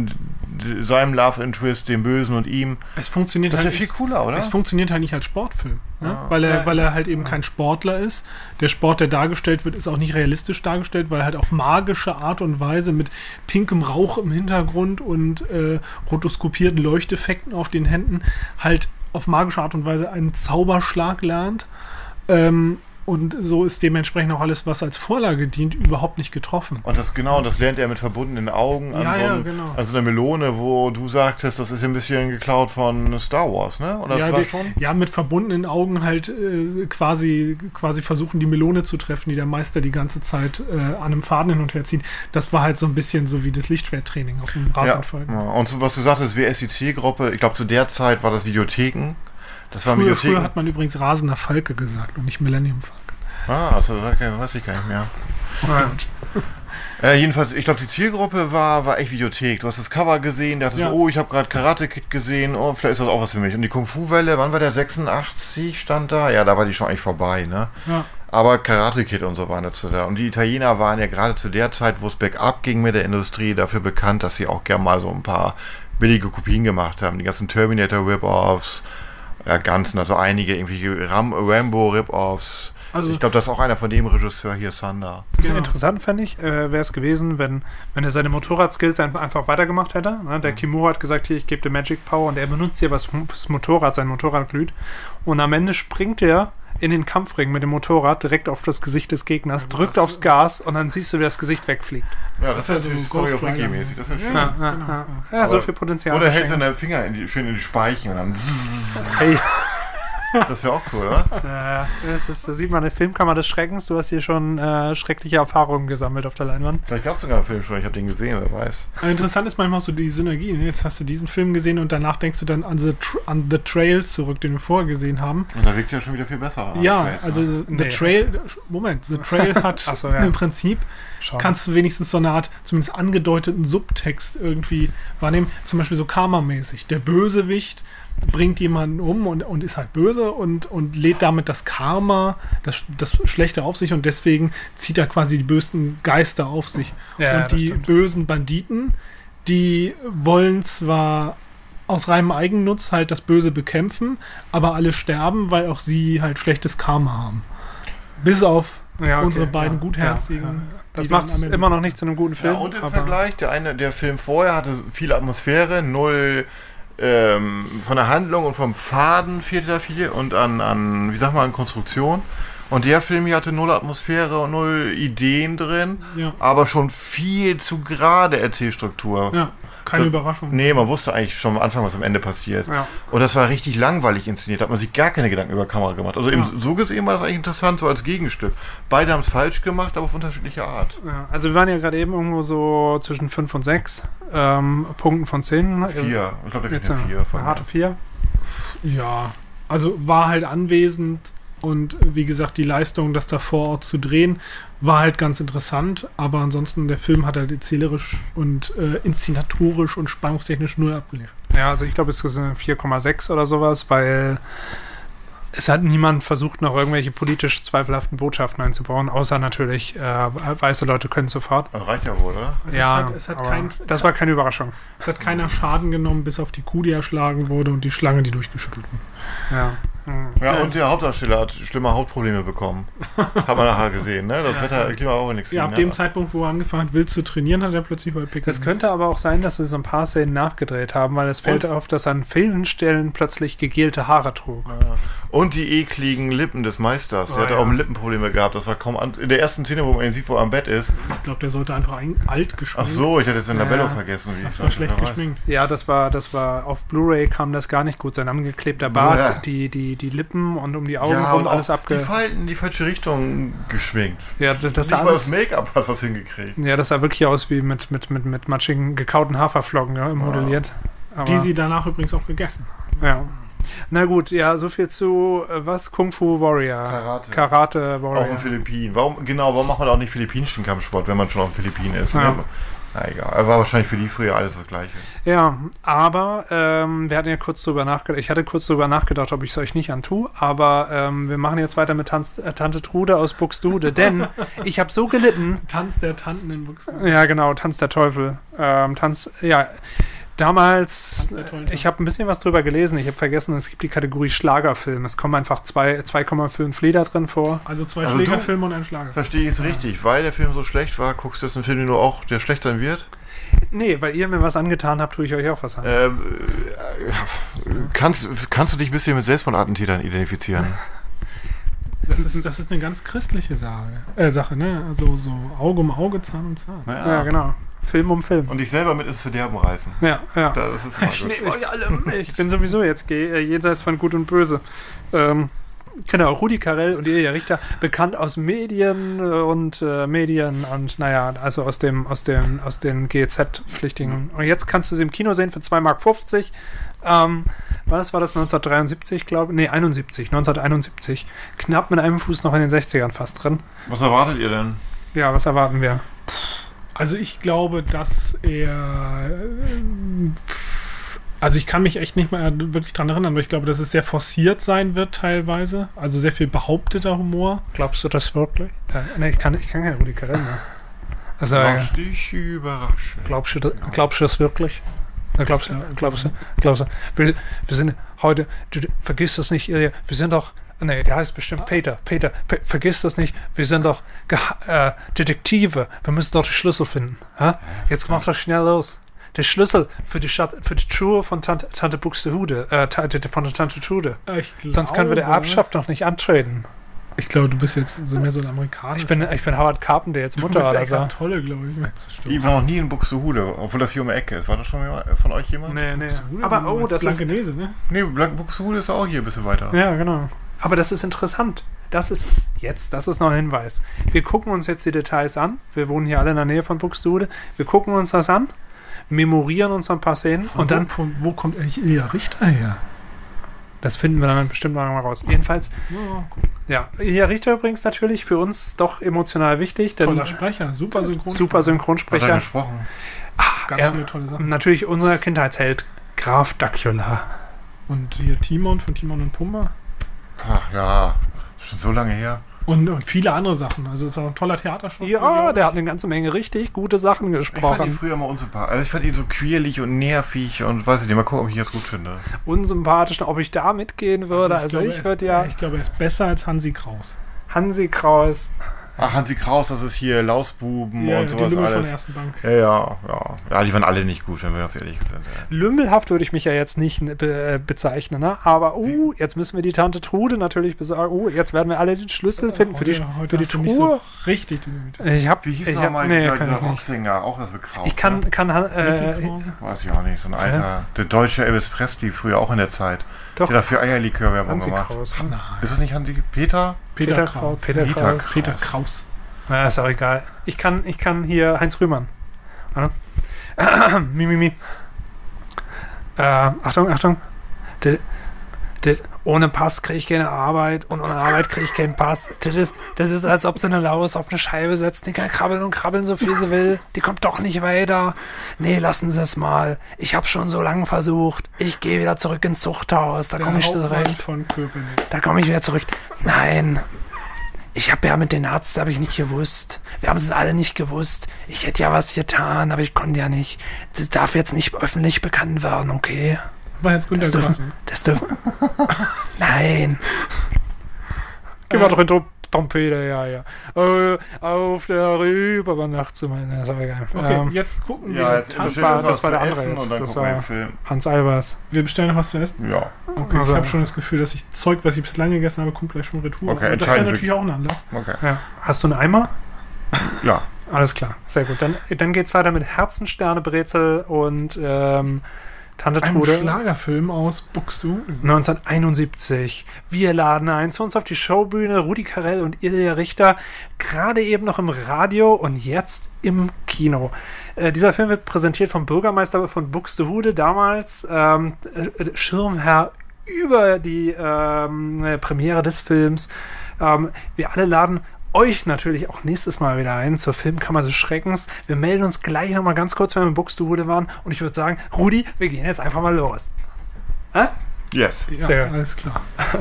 seinem Love Interest, dem Bösen und ihm. Es funktioniert das wäre viel cooler, oder? Es funktioniert halt nicht als Sportfilm, ne? Weil er halt eben kein Sportler ist. Der Sport, der dargestellt wird, ist auch nicht realistisch dargestellt, weil er halt auf magische Art und Weise mit pinkem Rauch im Hintergrund und rotoskopierten Leuchteffekten auf den Händen halt auf magische Art und Weise einen Zauberschlag lernt. Und so ist dementsprechend auch alles, was als Vorlage dient, überhaupt nicht getroffen. Und das lernt er mit verbundenen Augen an so einer Melone, wo du sagtest, das ist ein bisschen geklaut von Star Wars, ne? Oder das war schon? Ja, mit verbundenen Augen halt quasi versuchen, die Melone zu treffen, die der Meister die ganze Zeit an einem Faden hin und her zieht. Das war halt so ein bisschen so wie das Lichtschwerttraining auf dem Rasenfall. Ja. Und so, was du sagtest, wer ist die Zielgruppe? Ich glaube, zu der Zeit war das Videotheken. Früher hat man übrigens Rasender Falke gesagt und nicht Millennium Falcon. Das weiß ich gar nicht mehr. Jedenfalls, ich glaube, die Zielgruppe war echt Videothek. Du hast das Cover gesehen, der hat ich habe gerade Karate Kid gesehen, vielleicht ist das auch was für mich. Und die Kung Fu Welle, wann war der? 86 stand da? Ja, da war die schon eigentlich vorbei, ne? Ja. Aber Karate Kid und so waren dazu da. Und die Italiener waren ja gerade zu der Zeit, wo es bergab ging mit der Industrie, dafür bekannt, dass sie auch gern mal so ein paar billige Kopien gemacht haben. Die ganzen Terminator Rip-Offs, also einige irgendwie Rambo Rip-Offs. Also ich glaube, das ist auch einer von dem Regisseur hier, Sander. Ja. Interessant fände ich, wäre es gewesen, wenn er seine Motorradskills einfach weitergemacht hätte. Ne? Der Kimura hat gesagt, hier, ich gebe dir Magic Power und er benutzt hier was fürs Motorrad, sein Motorrad glüht. Und am Ende springt er in den Kampfring mit dem Motorrad direkt auf das Gesicht des Gegners, drückt aufs Gas und dann siehst du, wie das Gesicht wegfliegt. Ja, das wäre so Choreografie-mäßig, das wäre schön. Ja, so viel Potenzial. Oder hält seine Finger schön in die Speichen und dann hey. Das wäre auch cool, oder? Da sieht man eine Filmkammer des Schreckens. Du hast hier schon schreckliche Erfahrungen gesammelt auf der Leinwand. Vielleicht gab es sogar einen Film schon, ich habe den gesehen, wer weiß. Interessant ist manchmal auch so die Synergie. Jetzt hast du diesen Film gesehen und danach denkst du dann an The Trail zurück, den wir vorher gesehen haben. Und da wirkt ja schon wieder viel besser. Ja, The Trail hat im Prinzip, kannst du wenigstens so eine Art, zumindest angedeuteten Subtext irgendwie wahrnehmen. Zum Beispiel so Karma-mäßig. Der Bösewicht bringt jemanden um und ist halt böse und lädt damit das Karma, das Schlechte auf sich und deswegen zieht er quasi die bösen Geister auf sich. Ja, und die bösen Banditen, die wollen zwar aus reinem Eigennutz halt das Böse bekämpfen, aber alle sterben, weil auch sie halt schlechtes Karma haben. Bis auf unsere beiden Gutherzigen. Das macht es immer noch nicht zu einem guten Film. Ja, und im Vergleich, der Film vorher hatte viel Atmosphäre, null von der Handlung und vom Faden fehlte da viel und an Konstruktion. Und der Film hier hatte null Atmosphäre und null Ideen drin, aber schon viel zu gerade Erzählstruktur. Ja, keine Überraschung. Nee, man wusste eigentlich schon am Anfang, was am Ende passiert. Ja. Und das war richtig langweilig inszeniert, da hat man sich gar keine Gedanken über Kamera gemacht. Also eben so gesehen war das eigentlich interessant, so als Gegenstück. Beide haben es falsch gemacht, aber auf unterschiedliche Art. Ja, also wir waren ja gerade eben irgendwo so zwischen 5 und 6 Punkten von 10. 4, ich glaube, der kriegt eine 4. Eine harte 4? Ja, also war halt anwesend. Und wie gesagt, die Leistung, das da vor Ort zu drehen, war halt ganz interessant. Aber ansonsten, der Film hat halt erzählerisch und inszenatorisch und spannungstechnisch null abgeliefert. Ja, also ich glaube, es ist eine 4,6 oder sowas, weil es hat niemand versucht, noch irgendwelche politisch zweifelhaften Botschaften einzubauen, außer natürlich weiße Leute können sofort. Das reicht ja wohl, oder? Das war keine Überraschung. Es hat keiner Schaden genommen, bis auf die Kuh, die erschlagen wurde und die Schlange, die durchgeschüttelt wurde. Ja, und der Hauptdarsteller hat schlimme Hautprobleme bekommen. Hat man nachher gesehen, ne? Das Wetter Klima auch nichts. Ja, ab dem Zeitpunkt, wo er angefangen hat, wild zu trainieren, hat er plötzlich Waldpickel. Es könnte aber auch sein, dass sie so ein paar Szenen nachgedreht haben, weil es fällt auf, dass er an vielen Stellen plötzlich gegelte Haare trug. Ja. Und die ekligen Lippen des Meisters. Der hatte auch Lippenprobleme gehabt. Das war kaum in der ersten Szene, wo man ihn sieht, wo er am Bett ist. Ich glaube, der sollte einfach alt geschminkt. Ach so, ich hatte jetzt den Labello vergessen. Das war schlecht geschminkt. Ja, das war auf Blu-ray kam das gar nicht gut. Sein angeklebter Bart, die Lippen und um die Augen rum alles die Falten in die falsche Richtung geschminkt. Ja, das nicht mal das Make-up hat was hingekriegt. Ja, das sah wirklich aus wie mit matschigen, gekauten Haferflocken modelliert. Aber die sie danach übrigens auch gegessen haben. Ja. Na gut, ja, so viel zu Kung Fu Warrior. Karate Warrior. Auch in Philippinen. Warum macht man da auch nicht philippinischen Kampfsport, wenn man schon auf den Philippinen ist? Ja. Ne? Na egal, war wahrscheinlich für die früher alles das Gleiche. Ja, aber wir hatten ja kurz drüber nachgedacht. Ich hatte kurz drüber nachgedacht, ob ich es euch nicht antue, aber wir machen jetzt weiter mit Tante Trude aus Buxtehude, denn ich habe so gelitten. Tanz der Tanten in Buxtehude. Ja, genau, Tanz der Teufel. Damals, ich habe ein bisschen was drüber gelesen, ich habe vergessen, es gibt die Kategorie Schlagerfilm. Es kommen einfach 2,5 Lieder drin vor. Also 2 Schlägerfilme und ein Schlagerfilm. Verstehe ich es richtig, weil der Film so schlecht war, guckst du jetzt einen Film, den du auch, der schlecht sein wird? Nee, weil ihr mir was angetan habt, tue ich euch auch was an. Kannst du dich ein bisschen mit Selbstmordattentätern identifizieren? Das ist eine ganz christliche Sache, ne? Also so Auge um Auge, Zahn um Zahn. Ja, genau. Film um Film. Und dich selber mit ins Verderben reißen. Ja. Das ist ich nehme euch alle mit. Ich bin sowieso jetzt jenseits von Gut und Böse. Genau, Rudi Carrell und Ilja Richter, bekannt aus Medien und naja, also aus den GEZ-Pflichtigen. Und jetzt kannst du sie im Kino sehen für 2,50 Mark. Was war das, 1973, glaube ich? Nee, 1971. Knapp mit einem Fuß noch in den 60ern fast drin. Was erwartet ihr denn? Ja, was erwarten wir? Also ich glaube, dass er... Also ich kann mich echt nicht mehr wirklich dran erinnern, aber ich glaube, dass es sehr forciert sein wird teilweise. Also sehr viel behaupteter Humor. Glaubst du das wirklich? Nee, ich kann kein Rudi Carrell mehr. Also, Lass dich überraschen. Glaubst du das wirklich? Glaubst du? Wir sind heute, du vergiss das nicht, Ilja, wir sind doch, nee, der heißt bestimmt Peter, vergiss das nicht, wir sind doch Detektive, wir müssen doch den Schlüssel finden. Ha? Jetzt mach das schnell los. Der Schlüssel für die Truhe von Tante Buxtehude, von der Tante Trude. Sonst können wir der Erbschaft noch nicht antreten. Ich glaube, du bist jetzt so mehr so ein Amerikaner. Ich bin Howard Carpenter jetzt Mutter oder so. Du bist ja tolle, glaube ich. Ich war noch nie in Buxtehude, obwohl das hier um die Ecke ist. War das schon von euch jemand? Nee. Aber das ist... Blankenese, ne? Nee, Buxtehude ist auch hier ein bisschen weiter. Ja, genau. Aber das ist interessant. Das ist noch ein Hinweis. Wir gucken uns jetzt die Details an. Wir wohnen hier alle in der Nähe von Buxtehude. Wir gucken uns das an, memorieren uns ein paar Szenen und dann... Wo kommt eigentlich Ilja Richter her? Das finden wir dann bestimmt noch mal raus. Jedenfalls, ja, Ilja Richter übrigens natürlich für uns doch emotional wichtig. Denn toller Sprecher, super Synchronsprecher. Hat er gesprochen? Ganz viele tolle Sachen. Natürlich unser Kindheitsheld, Graf Dracula. Und hier Timon von Timon und Pumba. Ach ja, schon so lange her. Und viele andere Sachen. Also ist auch ein toller Theaterschauspieler. Ja, der hat eine ganze Menge richtig gute Sachen gesprochen. Ich fand ihn früher mal unsympathisch. Also ich fand ihn so quirlig und nervig und weiß ich nicht. Mal gucken, ob ich ihn jetzt gut finde. Unsympathisch, ob ich da mitgehen würde. Ich glaube, er ist besser als Hansi Kraus. Hansi Kraus. Ach, Hansi Kraus, das ist hier Lausbuben ja, und sowas die Lümmel alles. Von der ersten Bank. Ja, die waren alle nicht gut, wenn wir ganz ehrlich sind. Ja. Lümmelhaft würde ich mich ja jetzt nicht bezeichnen, ne? Aber jetzt müssen wir die Tante Trude natürlich besorgen. Jetzt werden wir alle den Schlüssel finden für die Truhe. So richtig. Wie hieß nochmal dieser Rocksänger, auch das mit Kraus? Ich kann weiß ich auch nicht, so ein alter, der deutsche Elvis Presley, früher auch in der Zeit. Doch. Der dafür Eierlikör-Werbung gemacht. Kraus, ist das nicht Hansi? Peter Kraus. Na, ist auch egal. Ich kann hier Heinz Rühmann. Achtung. Ohne Pass kriege ich keine Arbeit und ohne Arbeit kriege ich keinen Pass. Das ist, als ob sie eine Laus auf eine Scheibe setzt. Die kann krabbeln und krabbeln, so viel sie will. Die kommt doch nicht weiter. Nee, lassen Sie es mal. Ich habe schon so lange versucht. Ich gehe wieder zurück ins Zuchthaus. Da komme ich zurecht. Da komme ich wieder zurück. Nein. Ich habe ja mit den Arzt, habe ich nicht gewusst. Wir haben es alle nicht gewusst. Ich hätte ja was getan, aber ich konnte ja nicht. Das darf jetzt nicht öffentlich bekannt werden, okay? War jetzt Günther Grass. Das dürfen. Nein. Geh mal doch in Trompete, ja. Auf der Rübernacht zu meiner. Das war egal. Okay, jetzt gucken wir. Ja, das war der andere jetzt. Das war Hans Albers. Wir bestellen noch was zu essen? Ja. Okay, ich habe schon das Gefühl, dass ich Zeug, was ich bislang gegessen habe, kommt gleich schon retour. Okay, und das wäre natürlich auch ein Anlass. Okay. Ja. Hast du einen Eimer? Ja. Alles klar, sehr gut. Dann geht's weiter mit Herzensterne, Brezel und Tante Trude. Ein Schlagerfilm aus Buxtehude. 1971. Wir laden ein zu uns auf die Showbühne. Rudi Carrell und Ilja Richter. Gerade eben noch im Radio und jetzt im Kino. Dieser Film wird präsentiert vom Bürgermeister von Buxtehude, damals Schirmherr über die Premiere des Films. Wir alle laden euch natürlich auch nächstes Mal wieder ein zur Filmkammer des Schreckens. Wir melden uns gleich nochmal ganz kurz, wenn wir in Buxtehude waren. Und ich würde sagen, Rudi, wir gehen jetzt einfach mal los. Hä? Yes. Ja, sehr alles klar.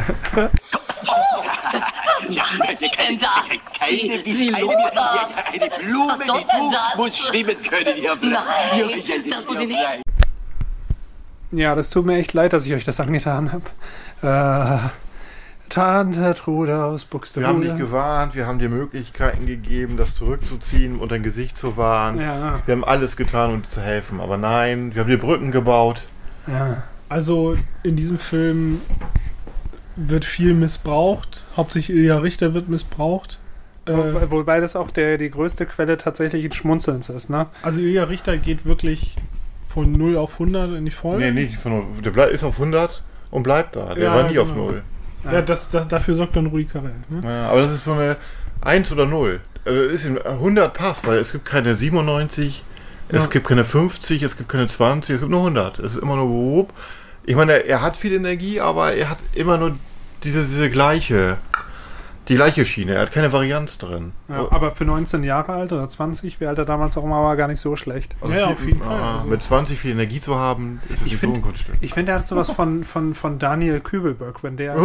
Was ist denn das? Sie Loser! Eine Blume, was soll denn das? Muss schwimmen können, ihr Blumen. Nein, das muss ich nicht. Ja, das tut mir echt leid, dass ich euch das angetan habe. Tante Trude aus Buxtehude. Wir haben dich gewarnt, wir haben dir Möglichkeiten gegeben, das zurückzuziehen und dein Gesicht zu wahren. Ja. Wir haben alles getan, um dir zu helfen. Aber nein, wir haben dir Brücken gebaut. Ja. Also in diesem Film wird viel missbraucht. Hauptsächlich Ilja Richter wird missbraucht. Wobei das auch die größte Quelle tatsächlich des Schmunzelns ist, ne? Also Ilja Richter geht wirklich von 0 auf 100 in die Folge. Nee, nicht von 0. Der ist auf 100 und bleibt da. Der war nie auf 0. Ja, dafür sorgt dann Rudi Carrell. Ne? Ja, aber das ist so eine 1 oder 0. Also ist 100 passt, weil es gibt keine 97, es gibt keine 50, es gibt keine 20, es gibt nur 100. Es ist immer nur grob. Ich meine, er hat viel Energie, aber er hat immer nur diese gleiche Schiene. Er hat keine Varianz drin. Ja, aber für 19 Jahre alt oder 20, wie alt er damals auch immer war, gar nicht so schlecht. Also ja, auf jeden Fall. Also mit 20 viel Energie zu haben, ist es nicht so ein Kunststück. Ich finde, er hat sowas von Daniel Kübelberg, wenn der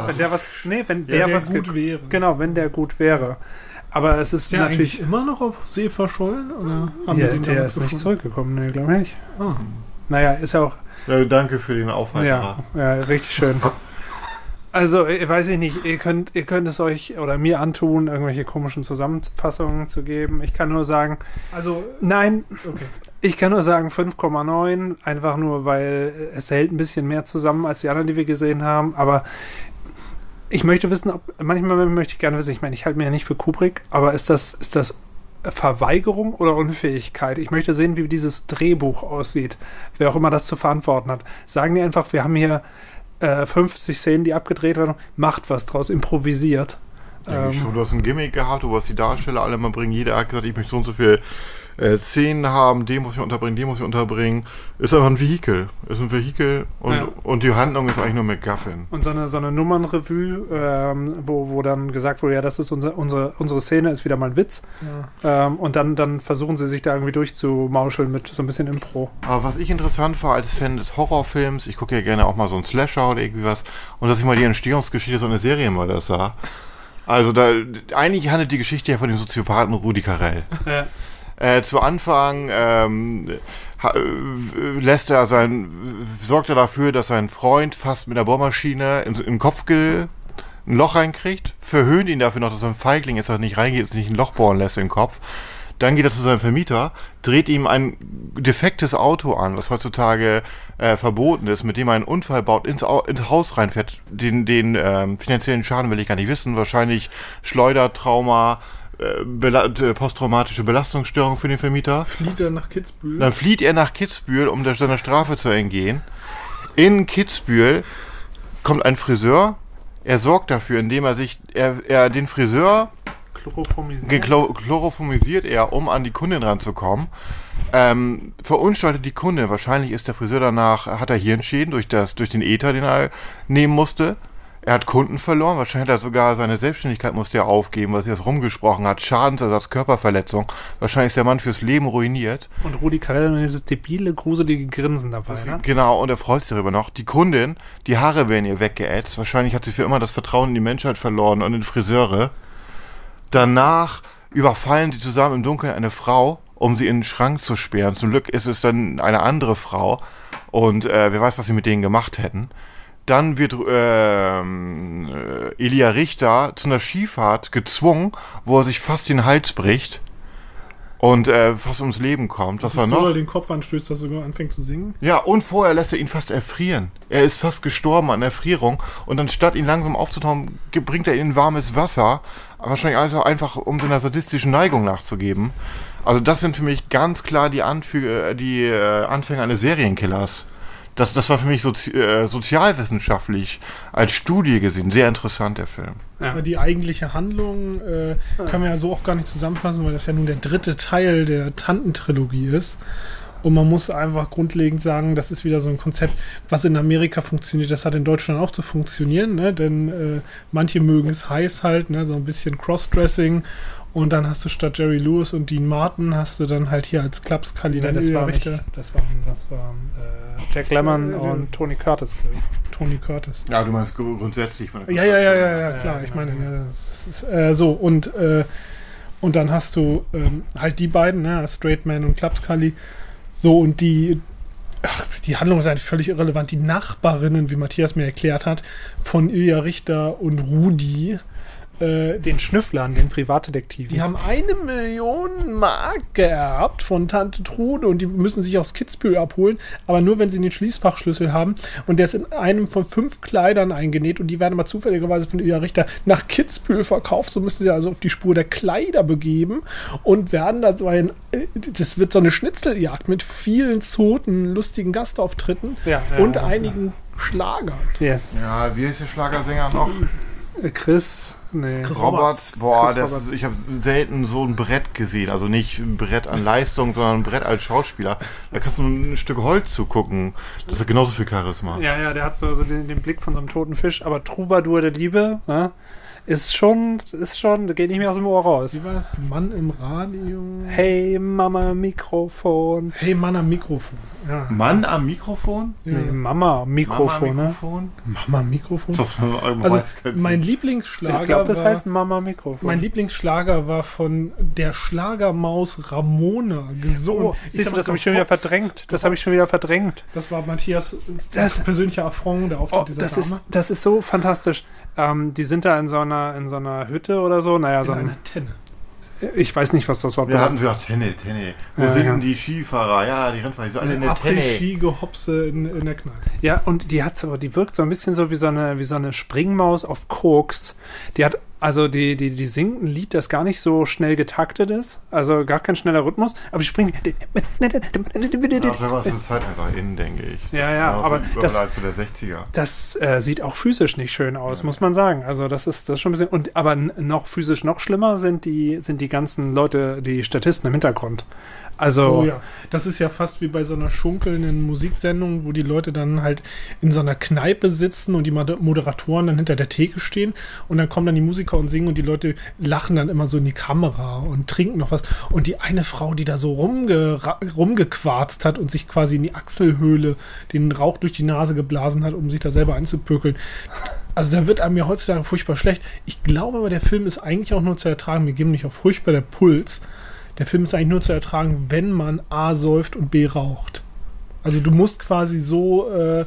gut wäre. Genau, wenn der gut wäre. Aber es ist natürlich immer noch auf See verschollen? Oder der ist nicht zurückgekommen, ne, glaube ich. Ah. Naja, ist ja auch... Ja, danke für den Aufhalter. Ja, richtig schön. Also, weiß ich nicht, ihr könnt es euch oder mir antun, irgendwelche komischen Zusammenfassungen zu geben. Ich kann nur sagen, nein, okay. Ich kann nur sagen 5,9, einfach nur, weil es hält ein bisschen mehr zusammen als die anderen, die wir gesehen haben, aber ich möchte wissen, manchmal möchte ich gerne wissen, ich meine, ich halte mir ja nicht für Kubrick, aber ist das Verweigerung oder Unfähigkeit? Ich möchte sehen, wie dieses Drehbuch aussieht, wer auch immer das zu verantworten hat. Sagen die einfach, wir haben hier 50 Szenen, die abgedreht werden, macht was draus, improvisiert. Schon, du hast ein Gimmick gehabt, du hast die Darsteller alle mal bringen, jeder hat gesagt, ich möchte so und so viel Szenen haben, den muss ich unterbringen, ist einfach ein Vehikel. Und die Handlung ist eigentlich nur MacGuffin. Und so eine Nummernrevue, wo dann gesagt wurde, ja, das ist unsere Szene, ist wieder mal ein Witz. Ja. Und dann versuchen sie sich da irgendwie durchzumauscheln mit so ein bisschen Impro. Aber was ich interessant war als Fan des Horrorfilms, ich gucke ja gerne auch mal so einen Slasher oder irgendwie was, und dass ich mal die Entstehungsgeschichte so eine Serie mal das sah. Also eigentlich handelt die Geschichte ja von dem Soziopathen Rudi Carrell. Ja. Zu Anfang sorgt er dafür, dass sein Freund fast mit der Bohrmaschine im Kopf ein Loch reinkriegt, verhöhnt ihn dafür noch, dass er ein Feigling ist, dass er nicht reingeht, dass er nicht ein Loch bohren lässt im Kopf. Dann geht er zu seinem Vermieter, dreht ihm ein defektes Auto an, was heutzutage verboten ist, mit dem er einen Unfall baut, ins Haus reinfährt. Den finanziellen Schaden will ich gar nicht wissen. Wahrscheinlich Schleudertrauma, posttraumatische Belastungsstörung für den Vermieter. Flieht er nach Kitzbühel? Dann flieht er nach Kitzbühel, um seiner Strafe zu entgehen. In Kitzbühel kommt ein Friseur. Er sorgt dafür, indem er den Friseur chloroformisiert er, um an die Kundin ranzukommen. Verunstaltet die Kundin. Wahrscheinlich ist der Friseur danach, hat er Hirnschäden durch den Ether, den er nehmen musste. Er hat Kunden verloren, wahrscheinlich hat er sogar seine Selbstständigkeit musste er aufgeben, was er jetzt rumgesprochen hat. Schadensersatz, Körperverletzung. Wahrscheinlich ist der Mann fürs Leben ruiniert. Und Rudi Carrell und dieses debile, gruselige Grinsen dabei, ne? Genau, und er freut sich darüber noch. Die Kundin, die Haare werden ihr weggeätzt. Wahrscheinlich hat sie für immer das Vertrauen in die Menschheit verloren und in Friseure. Danach überfallen sie zusammen im Dunkeln eine Frau, um sie in den Schrank zu sperren. Zum Glück ist es dann eine andere Frau. Und wer weiß, was sie mit denen gemacht hätten. Dann wird Elia Richter zu einer Skifahrt gezwungen, wo er sich fast den Hals bricht und fast ums Leben kommt. Was war noch? Er den Kopf anstößt, dass er sogar anfängt zu singen. Ja, und vorher lässt er ihn fast erfrieren. Er ist fast gestorben an Erfrierung und dann statt ihn langsam aufzutauen, bringt er ihn in warmes Wasser. Wahrscheinlich also einfach, um seiner sadistischen Neigung nachzugeben. Also das sind für mich ganz klar die Anfänge eines Serienkillers. Das war für mich sozialwissenschaftlich als Studie gesehen sehr interessant, der Film. Ja. Die eigentliche Handlung kann man ja so auch gar nicht zusammenfassen, weil das ja nun der dritte Teil der Tantentrilogie ist. Und man muss einfach grundlegend sagen, das ist wieder so ein Konzept, was in Amerika funktioniert, das hat in Deutschland auch zu funktionieren, ne? Denn manche mögen es heiß halt, ne? So ein bisschen Crossdressing. Und dann hast du statt Jerry Lewis und Dean Martin hast du dann halt hier als Klapskalli dann das waren Jack Lemmon und Tony Curtis, glaube ich. Tony Curtis. Ja, du meinst grundsätzlich von der Ja, klar. Ja, ich meine, das ist so. Und dann hast du halt die beiden, ne? Straight Man und Klapskalli. So, und die Handlung ist eigentlich völlig irrelevant. Die Nachbarinnen, wie Matthias mir erklärt hat, von Ilja Richter und Rudi, den Schnüfflern, den Privatdetektiven. Die haben 1 Million Mark geerbt von Tante Trude und die müssen sich aus Kitzbühel abholen, aber nur, wenn sie den Schließfachschlüssel haben. Und der ist in einem von 5 Kleidern eingenäht und die werden mal zufälligerweise von Ilja Richter nach Kitzbühel verkauft. So müssen sie also auf die Spur der Kleider begeben und werden das wird so eine Schnitzeljagd mit vielen Zoten, lustigen Gastauftritten und einigen Schlagern. Yes. Ja, wie heißt der Schlagersänger noch? Chris. Nee. Robert. Boah, Chris Roberts. ich habe selten so ein Brett gesehen. Also nicht ein Brett an Leistung, sondern ein Brett als Schauspieler. Da kannst du ein Stück Holz zugucken. Das hat genauso viel Charisma. Ja, der hat so den Blick von so einem toten Fisch. Aber Troubadour der Liebe, ne? Ist schon, geht nicht mehr aus dem Ohr raus. Wie war das? Mann im Radio? Hey Mama Mikrofon. Hey Mann am Mikrofon. Ja. Mann am Mikrofon? Ja. Nee, Mama Mikrofon, ne? Mama Mikrofon? Das Also mein Lieblingsschlager Ich glaube, das war, heißt Mama Mikrofon. mein Lieblingsschlager war von der Schlagermaus Ramona gesungen. Oh, siehst du, das habe ich schon wieder verdrängt. Das war Matthias persönlicher Affront, der Oh, Auftritt dieser Dame. das ist so fantastisch. Die sind da in so einer Hütte oder so. Naja, so In ein, einer Tenne. ich weiß nicht, was das Wort Wir hatten sie auch Tenne. Wo Ja, sind ja. die Skifahrer? Ja, die Rennfahrer, die sind alle in der Tenne. Après-Ski-Gehopse in der Kneipe. Ja, und die wirkt so ein bisschen so wie so eine Springmaus auf Koks. Die hat, also die singt ein Lied, das gar nicht so schnell getaktet ist, also gar kein schneller Rhythmus, aber die springt. Ja, da war es zur Zeit einfach in, denke ich. Ja, aber das zu der 60er. das sieht auch physisch nicht schön aus, muss man sagen. Also das ist schon ein bisschen, aber noch physisch noch schlimmer sind die ganzen Leute, die Statisten im Hintergrund. Also Oh ja, das ist ja fast wie bei so einer schunkelnden Musiksendung, wo die Leute dann halt in so einer Kneipe sitzen und die Moderatoren dann hinter der Theke stehen und dann kommen dann die Musiker und singen und die Leute lachen dann immer so in die Kamera und trinken noch was. Und die eine Frau, die da so rumgequarzt hat und sich quasi in die Achselhöhle den Rauch durch die Nase geblasen hat, um sich da selber einzupökeln. Also da wird einem ja heutzutage furchtbar schlecht. Ich glaube aber, der Film ist eigentlich auch nur zu ertragen. Wir geben nicht auf furchtbar der Puls. Der Film ist eigentlich nur zu ertragen, wenn man A säuft und B raucht. Also du musst quasi so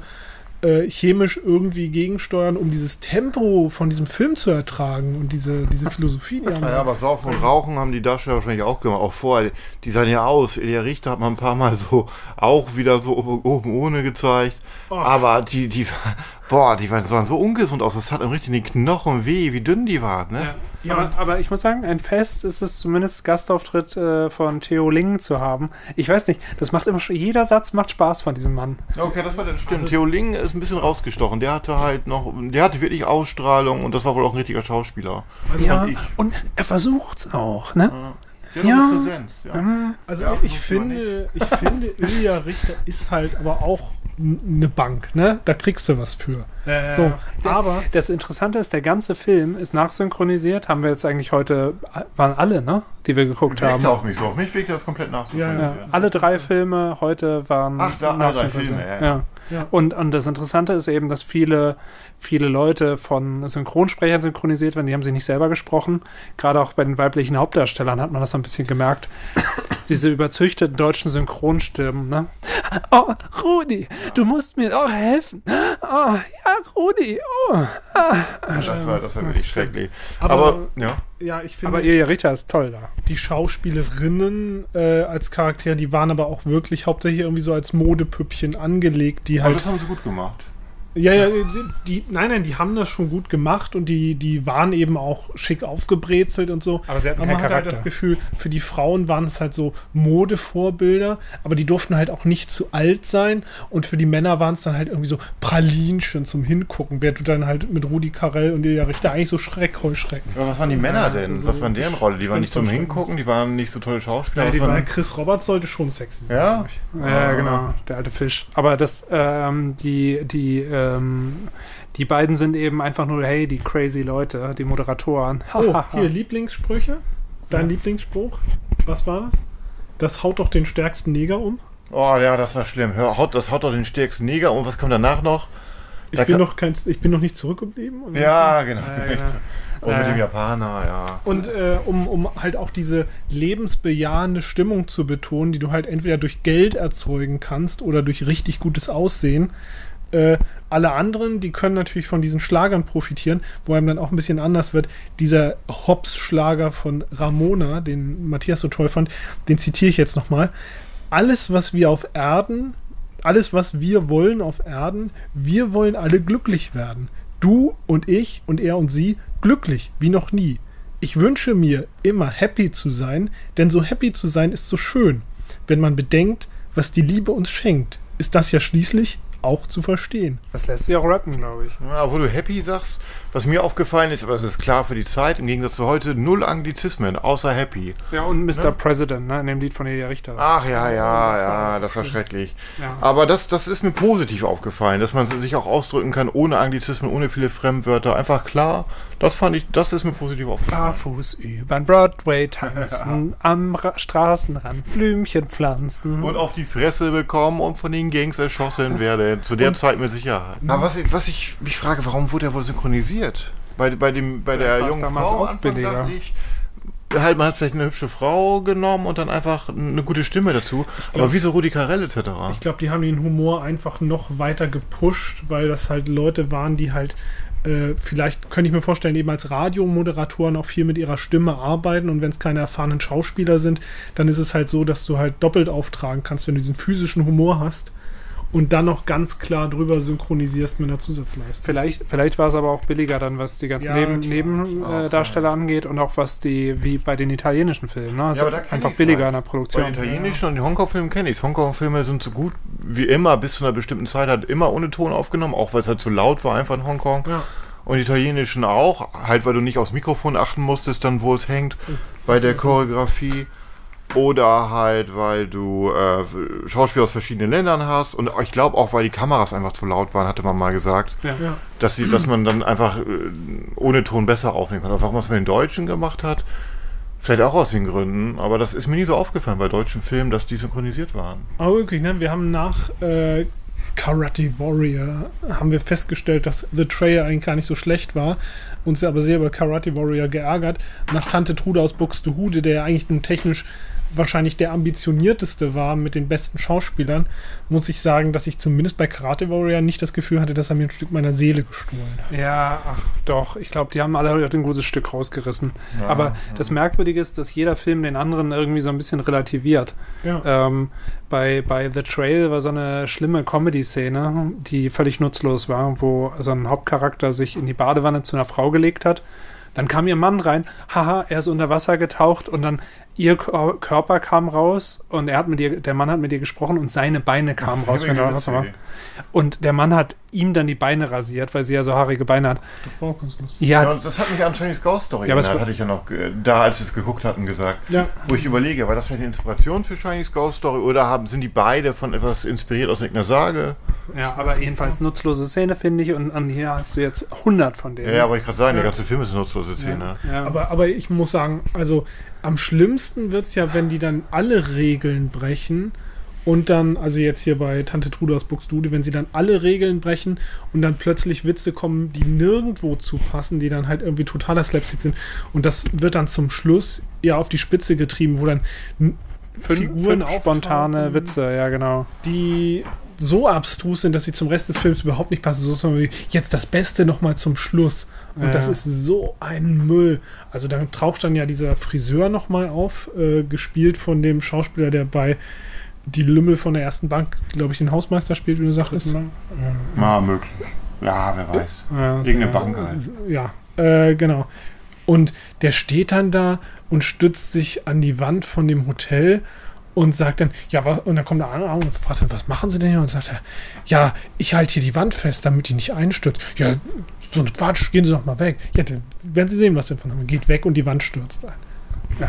chemisch irgendwie gegensteuern, um dieses Tempo von diesem Film zu ertragen und diese Philosophie, die haben. Ja, aber Saufen und Rauchen haben die Darsteller wahrscheinlich auch gemacht. Auch vorher, die sahen ja aus. Elia Richter hat man ein paar Mal so auch wieder so oben ohne gezeigt. Och. Aber die waren so ungesund aus. Das tat einem richtig in die Knochen weh, wie dünn die waren, ne? Ja, aber ich muss sagen, ein Fest ist es zumindest Gastauftritt von Theo Ling zu haben. Ich weiß nicht, das macht immer schon, jeder Satz macht Spaß von diesem Mann. Okay, das war dann stimmt. Theo Ling ist ein bisschen rausgestochen. Der hatte wirklich Ausstrahlung und das war wohl auch ein richtiger Schauspieler. Ja, und er versucht's auch, ne? Ja, eine Präsenz, ja. Also Ja, ich finde, Ilja Richter ist halt aber auch eine Bank, ne? Da kriegst du was für. So, aber das Interessante ist, der ganze Film ist nachsynchronisiert. Haben wir jetzt eigentlich heute, waren alle, ne? Die wir geguckt haben. Wirkte auf mich so. Auf mich wirkte das komplett nachsynchronisiert. Ja, alle 3 Filme heute waren Ach, da, alle 3 Filme, ja. Ja. Und das Interessante ist eben, dass viele Leute von Synchronsprechern synchronisiert werden, die haben sie nicht selber gesprochen. Gerade auch bei den weiblichen Hauptdarstellern hat man das so ein bisschen gemerkt. Diese überzüchteten deutschen Synchronstimmen, ne? Oh, Rudi, du musst mir auch helfen. Oh, ja, Rudi, oh. Das war wirklich schrecklich. Aber ja. ja, ich finde, Aber Ilja Richter ist toll da. die Schauspielerinnen als Charaktere, die waren aber auch wirklich hauptsächlich irgendwie so als Modepüppchen angelegt, die Aber halt. das haben sie gut gemacht. Ja, die haben das schon gut gemacht und die waren eben auch schick aufgebrezelt und so. Aber sie hatten man keinen hat halt Charakter. das Gefühl, für die Frauen waren es halt so Modevorbilder, aber die durften halt auch nicht zu alt sein und für die Männer waren es dann halt irgendwie so Pralinchen zum Hingucken, während du dann halt mit Rudi Carrell und Ilja Richter eigentlich so Heuschrecken. Ja, was waren die Männer denn? also so was waren deren Rolle? Die waren nicht zum Hingucken, die waren nicht so tolle Schauspieler. Ja, Was waren- Chris Roberts sollte schon sexy sein. Ja? Ja, genau, der alte Fisch. Aber das, die beiden sind eben einfach nur, hey, die crazy Leute, die Moderatoren. Oh, hier Lieblingssprüche. Dein Lieblingsspruch. Was war das? Das haut doch den stärksten Neger um. Oh ja, das war schlimm. Das haut doch den stärksten Neger und was kommt danach noch? Ich bin noch nicht zurückgeblieben. Oder Ja, genau. genau. Und mit dem Japaner, ja. Und um halt auch diese lebensbejahende Stimmung zu betonen, die du halt entweder durch Geld erzeugen kannst oder durch richtig gutes Aussehen. Alle anderen, die können natürlich von diesen Schlagern profitieren, wo einem dann auch ein bisschen anders wird. Dieser Hobbs-Schlager von Ramona, den Matthias so toll fand, den zitiere ich jetzt nochmal. Alles, was wir wollen auf Erden, wir wollen alle glücklich werden. Du und ich und er und sie glücklich wie noch nie. Ich wünsche mir immer happy zu sein, denn so happy zu sein ist so schön. Wenn man bedenkt, was die Liebe uns schenkt, ist das ja schließlich auch zu verstehen. Das lässt sich auch rappen, glaube ich. Ja, wo du Happy sagst, was mir aufgefallen ist, aber das ist klar für die Zeit, im Gegensatz zu heute, 0 Anglizismen, außer Happy. Ja, und Mr. President, ne, in dem Lied von Ilja Richter. Ach ja, das war schrecklich. Ja. Aber das ist mir positiv aufgefallen, dass man sich auch ausdrücken kann, ohne Anglizismen, ohne viele Fremdwörter, einfach klar. Das ist mir positiv aufgefallen. Barfuß übern Broadway tanzen, am Straßenrand Blümchen pflanzen. Und auf die Fresse bekommen und von den Gangs erschossen werden. Zu der Zeit mit Sicherheit. Aber was ich mich frage, warum wurde er wohl synchronisiert? Bei der jungen Frau am Anfang dachte ich, halt, man hat vielleicht eine hübsche Frau genommen und dann einfach eine gute Stimme dazu. Aber wieso Rudi Carrell etc.? Ich glaube, die haben den Humor einfach noch weiter gepusht, weil das halt Leute waren, die halt vielleicht, könnte ich mir vorstellen, eben als Radiomoderatoren auch viel mit ihrer Stimme arbeiten, und wenn es keine erfahrenen Schauspieler sind, dann ist es halt so, dass du halt doppelt auftragen kannst, wenn du diesen physischen Humor hast und dann noch ganz klar drüber synchronisierst mit einer Zusatzleistung. Vielleicht war es aber auch billiger dann, was die ganzen Nebendarsteller angeht, und auch was wie bei den italienischen Filmen. Ne? Also einfach billiger in der Produktion. Bei den italienischen und den Hongkong-Filmen kenne ich es. Hongkong-Filme sind so gut wie immer, bis zu einer bestimmten Zeit halt immer ohne Ton aufgenommen, auch weil es halt zu laut war einfach in Hongkong. Ja. Und die italienischen auch, halt weil du nicht aufs Mikrofon achten musstest, dann wo es hängt, bei der Choreografie. Oder halt, weil du Schauspieler aus verschiedenen Ländern hast. Und ich glaube auch, weil die Kameras einfach zu laut waren, hatte man mal gesagt. Ja. Dass man dann einfach ohne Ton besser aufnehmen kann. Warum man es mit den Deutschen gemacht hat, vielleicht auch aus den Gründen. Aber das ist mir nie so aufgefallen bei deutschen Filmen, dass die synchronisiert waren. Aber wirklich, ne? Wir haben nach Karate Warrior haben wir festgestellt, dass The Trailer eigentlich gar nicht so schlecht war, uns aber sehr über Karate Warrior geärgert. Nach Tante Trude aus Buxtehude, der eigentlich technisch wahrscheinlich der ambitionierteste war mit den besten Schauspielern, muss ich sagen, dass ich zumindest bei Karate Warrior nicht das Gefühl hatte, dass er mir ein Stück meiner Seele gestohlen hat. Ja, ach doch. Ich glaube, die haben alle ein gutes Stück rausgerissen. Ja, aber das Merkwürdige ist, dass jeder Film den anderen irgendwie so ein bisschen relativiert. Ja. Bei The Trail war so eine schlimme Comedy-Szene, die völlig nutzlos war, wo so ein Hauptcharakter sich in die Badewanne zu einer Frau gelegt hat. Dann kam ihr Mann rein, haha, er ist unter Wasser getaucht, und dann ihr Körper kam raus und der Mann hat mit ihr gesprochen und seine Beine kamen raus, wenn er Wasser war. Und der Mann hat ihm dann die Beine rasiert, weil sie ja so haarige Beine hat. Das war auch ganz lustig. Ja, und das hat mich an Chinese Ghost Story erinnert, hatte ich ja noch da, als wir es geguckt hatten, gesagt. Ja. Wo ich überlege, war das vielleicht eine Inspiration für Chinese Ghost Story oder sind die beide von etwas inspiriert aus irgendeiner Sage? Ja, aber jedenfalls nutzlose Szene, finde ich, und hier hast du jetzt 100 von denen. Ja, aber ich gerade sagen, der ganze Film ist eine nutzlose Szene. Ja. Aber ich muss sagen, also am schlimmsten wird es ja, wenn die dann alle Regeln brechen und dann, also jetzt hier bei Tante Trude aus Buxtehude, wenn sie dann alle Regeln brechen und dann plötzlich Witze kommen, die nirgendwo zu passen, die dann halt irgendwie totaler Slapstick sind, und das wird dann zum Schluss ja auf die Spitze getrieben, wo dann Figuren fünf spontane Witze, ja genau, die so abstrus sind, dass sie zum Rest des Films überhaupt nicht passen. So ist es jetzt das Beste nochmal zum Schluss. Und das ist so ein Müll. Also dann taucht dann ja dieser Friseur nochmal auf, gespielt von dem Schauspieler, der bei Die Lümmel von der ersten Bank, glaube ich, den Hausmeister spielt, wie du sagst. Ja, möglich. Ja, wer weiß. Ja, irgendeine Bank halt. Ja, genau. Und der steht dann da und stützt sich an die Wand von dem Hotel und sagt dann, und dann kommt der andere und fragt dann, was machen Sie denn hier? Und sagt er, ja, ich halte hier die Wand fest, damit die nicht einstürzt. Ja, so ein Quatsch, gehen Sie doch mal weg. Ja, dann werden Sie sehen, was denn von haben. Geht weg und die Wand stürzt ein. Ja,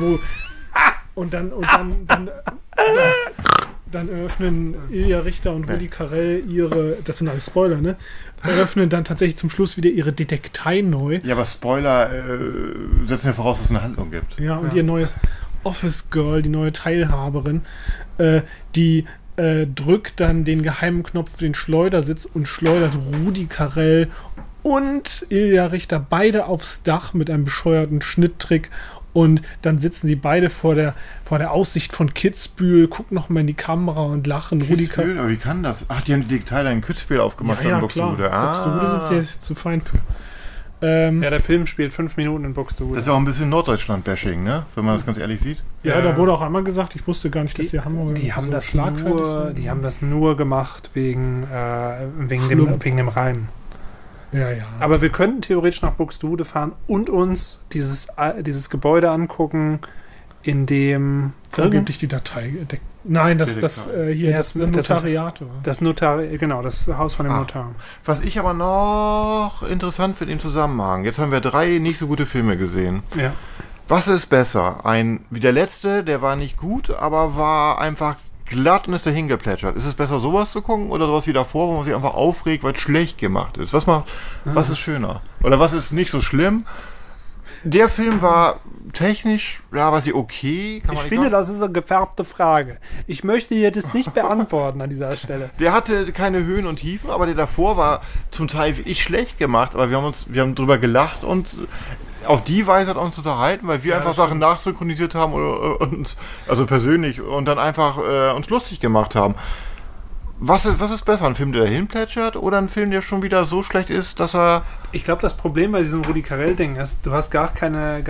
dann eröffnen Ilja Richter und Rudi Carell das sind alles Spoiler, ne? Eröffnen dann tatsächlich zum Schluss wieder ihre Detektei neu. Ja, aber Spoiler setzen ja voraus, dass es eine Handlung gibt. Ja, und ihr neues Office Girl, die neue Teilhaberin, die drückt dann den geheimen Knopf, den Schleudersitz, und schleudert Rudi Carell und Ilja Richter beide aufs Dach mit einem bescheuerten Schnitttrick. Und dann sitzen sie beide vor der Aussicht von Kitzbühel, gucken nochmal in die Kamera und lachen. Kitzbühel, aber wie kann das? Ach, die haben die Teile in Kitzbühel aufgemacht. Ja, Buxtehude. Buxtehude sind sie jetzt zu fein für. Der Film spielt 5 Minuten in Buxtehude. Das ist auch ein bisschen Norddeutschland-Bashing, ne? Wenn man das ganz ehrlich sieht. Ja, da wurde auch einmal gesagt, ich wusste gar nicht, dass die Hamburger die haben das nur gemacht wegen dem Reim. Ja. Aber wir könnten theoretisch nach Buxtehude fahren und uns dieses Gebäude angucken, in dem vorgeblich die Datei Nein, das Notariat. Das genau, das Haus von dem Notar. Was ich aber noch interessant finde im Zusammenhang, jetzt haben wir 3 nicht so gute Filme gesehen. Ja. Was ist besser? Wie der letzte, der war nicht gut, aber war einfach glatt und ist dahin geplätschert. Ist es besser, sowas zu gucken oder sowas wie davor, wo man sich einfach aufregt, weil es schlecht gemacht ist? Was ist schöner? Oder was ist nicht so schlimm? Der Film war technisch, weiß ich, okay. Ich finde, das ist eine gefärbte Frage. Ich möchte hier das nicht beantworten an dieser Stelle. Der hatte keine Höhen und Tiefen, aber der davor war zum Teil wirklich schlecht gemacht, aber wir haben drüber gelacht und auf die Weise hat uns unterhalten, weil wir einfach Sachen nachsynchronisiert haben also persönlich und dann einfach uns lustig gemacht haben. Was ist besser, ein Film, der dahin plätschert oder ein Film, der schon wieder so schlecht ist, dass er... Ich glaube, das Problem bei diesem Rudi Carrell-Ding ist, du hast gar keine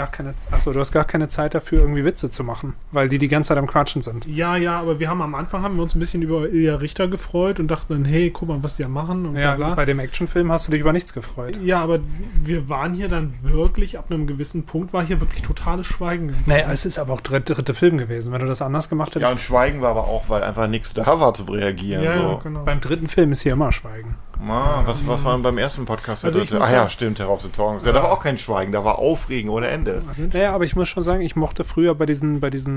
Zeit dafür, irgendwie Witze zu machen, weil die ganze Zeit am Quatschen sind. Ja, aber am Anfang haben wir uns ein bisschen über Ilja Richter gefreut und dachten dann, hey, guck mal, was die da machen und ja, bla. Bei dem Actionfilm hast du dich über nichts gefreut. Ja, aber wir waren hier dann wirklich, ab einem gewissen Punkt war hier wirklich totales Schweigen. Naja, es ist aber auch dritte Film gewesen, wenn du das anders gemacht hättest. Ja, und Schweigen war aber auch, weil einfach nichts da war zum Reagieren. Ja, so. genau. Beim dritten Film ist hier immer Schweigen. Was war denn beim ersten Podcast? Also Stimmt, Terror of the Tongues. Ja, da war auch kein Schweigen, da war Aufregen ohne Ende. Naja, aber ich muss schon sagen, ich mochte früher bei diesen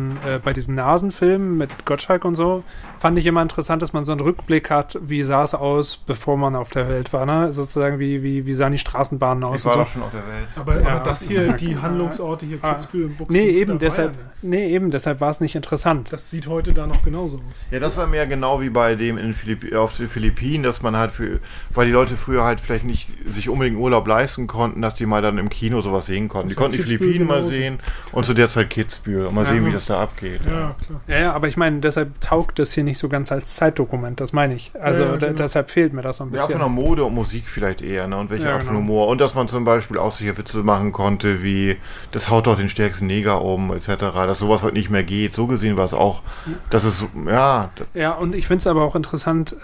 Nasenfilmen mit Gottschalk und so, fand ich immer interessant, dass man so einen Rückblick hat, wie sah es aus, bevor man auf der Welt war, ne? Sozusagen, wie sahen die Straßenbahnen aus? Ich war doch schon auf der Welt. Aber das hier, die Handlungsorte hier, Kitzbühel und Buxtehude. Deshalb war es nicht interessant. Das sieht heute da noch genauso aus. Ja, das war mehr genau wie bei dem auf den Philippinen, dass man halt weil die Leute früher halt vielleicht nicht sich unbedingt Urlaub leisten konnten, dass die mal dann im Kino sowas sehen konnten. Die konnten die Philippinen mal sehen und zu der Zeit Kitzbühel und mal sehen, wie das da abgeht. Ja, klar. Ja, aber ich meine, deshalb taugt das hier nicht so ganz als Zeitdokument, das meine ich. Also genau. Deshalb fehlt mir das so ein bisschen. Ja, von der Mode und Musik vielleicht eher, ne? Und welche Art von Humor. Und dass man zum Beispiel auch solche Witze machen konnte, wie das haut doch den stärksten Neger um, etc., dass sowas heute nicht mehr geht. So gesehen war es auch, dass es, ja. Ja, und ich finde es aber auch interessant,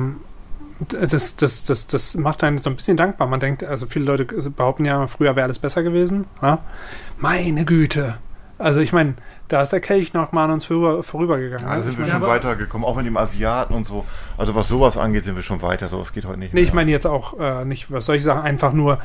das macht einen so ein bisschen dankbar. Man denkt, also viele Leute behaupten ja, früher wäre alles besser gewesen. Ja? Meine Güte. Also ich meine, da ist der Kelch noch mal an uns vorübergegangen. Ja, da sind wir schon weitergekommen, auch mit dem Asiaten und so. Also was sowas angeht, sind wir schon weiter. So, es geht heute nicht mehr. Nee, ich meine jetzt auch nicht, was soll ich sagen, einfach nur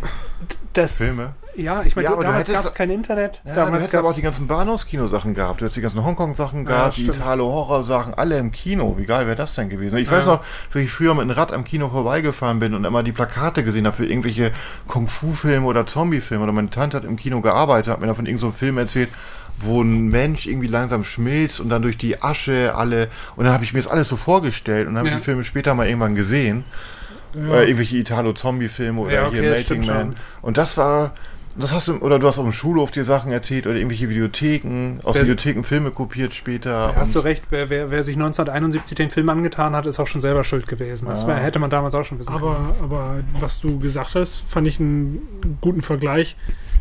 das... Filme? Ja, ich meine, damals gab es kein Internet. Ja, damals du hättest aber auch die ganzen Bahnhofskino-Sachen gehabt. Du hättest die ganzen Hongkong-Sachen gehabt, die Italo-Horror-Sachen, alle im Kino. Wie geil wäre das denn gewesen? Ich weiß noch, wie ich früher mit einem Rad am Kino vorbeigefahren bin und immer die Plakate gesehen habe für irgendwelche Kung-Fu-Filme oder Zombie-Filme. Oder meine Tante hat im Kino gearbeitet, hat mir da von irgendeinem Film erzählt, wo ein Mensch irgendwie langsam schmilzt und dann durch die Asche alle... Und dann habe ich mir das alles so vorgestellt und habe die Filme später mal irgendwann gesehen. Ja. Irgendwelche Italo-Zombie-Filme oder hier Mating Man. Und das war... du hast auf dem Schulhof dir Sachen erzählt oder irgendwelche Videotheken, Videotheken Filme kopiert später. Ja, hast du recht, wer sich 1971 den Film angetan hat, ist auch schon selber schuld gewesen. Das hätte man damals auch schon wissen können. Aber was du gesagt hast, fand ich einen guten Vergleich.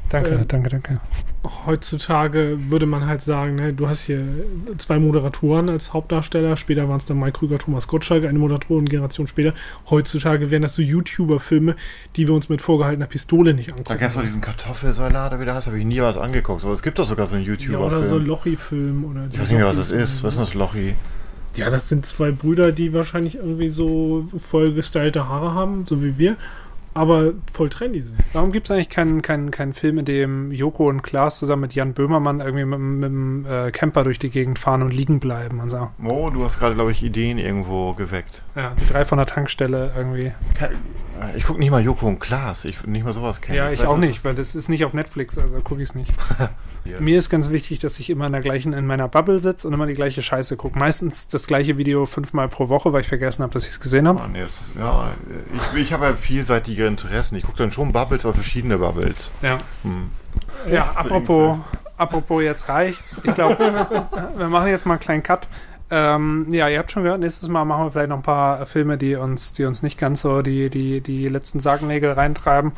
Danke. Heutzutage würde man halt sagen, ne, du hast hier 2 Moderatoren als Hauptdarsteller, später waren es dann Mike Krüger, Thomas Gottschalk, eine Moderatoren-Generation später. Heutzutage wären das so YouTuber-Filme, die wir uns mit vorgehaltener Pistole nicht angucken. Da gab es doch diesen Kartoffelsalat, wie der heißt, habe ich nie was angeguckt. Aber es gibt doch sogar so einen YouTuber-Film. Ja, oder so Lochi-Film. Ich weiß nicht mehr, was das ist. Was ist das Lochi? Ja, das sind 2 Brüder, die wahrscheinlich irgendwie so voll gestylte Haare haben, so wie wir. Aber voll trendy sind. Warum gibt es eigentlich keinen Film, in dem Joko und Klaas zusammen mit Jan Böhmermann irgendwie mit dem Camper durch die Gegend fahren und liegen bleiben und so? Oh, du hast gerade, glaube ich, Ideen irgendwo geweckt. Ja, die 3 von der Tankstelle irgendwie. Ich gucke nicht mal Joko und Klaas. Ich nicht mal sowas kenne. Ja, ich auch nicht, weil das ist nicht auf Netflix, also gucke ich es nicht. Ja. Mir ist ganz wichtig, dass ich immer in meiner Bubble sitze und immer die gleiche Scheiße gucke. Meistens das gleiche Video 5-mal pro Woche, weil ich vergessen habe, dass ich es gesehen habe. Ich habe ja vielseitige Interessen. Ich gucke dann schon Bubbles, aber verschiedene Bubbles. Ja. Ja, apropos, jetzt reicht's. Ich glaube, wir machen jetzt mal einen kleinen Cut. Ja, ihr habt schon gehört, nächstes Mal machen wir vielleicht noch ein paar Filme, die uns nicht ganz so die letzten Sargnägel reintreiben.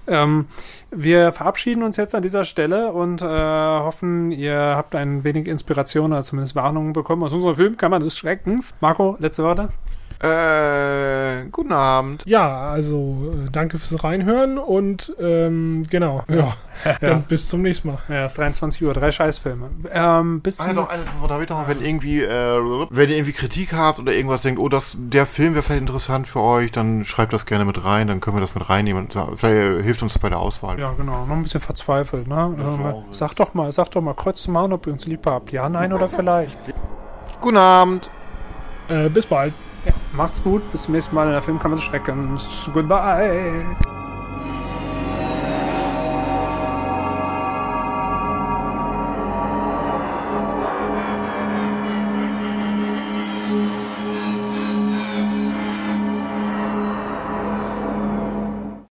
Wir verabschieden uns jetzt an dieser Stelle und hoffen, ihr habt ein wenig Inspiration oder zumindest Warnungen bekommen aus unserem Filmkammer des Schreckens. Marco, letzte Worte? Guten Abend. Ja, also danke fürs Reinhören und genau. Ja. Dann bis zum nächsten Mal. Ja, es ist 23 Uhr, 3 Scheißfilme. Bis zum Doch, eine Frage habe ich noch, wenn ihr irgendwie Kritik habt oder irgendwas denkt, der Film wäre vielleicht interessant für euch, dann schreibt das gerne mit rein, dann können wir das mit reinnehmen und vielleicht hilft uns bei der Auswahl. Ja, genau, noch ein bisschen verzweifelt, ne? Sag doch mal, kreuzt mal an, ob ihr uns lieb habt. Ja, nein oder vielleicht. Guten Abend. Bis bald. Ja, macht's gut, bis zum nächsten Mal in der Filmkammer des Schreckens. Goodbye.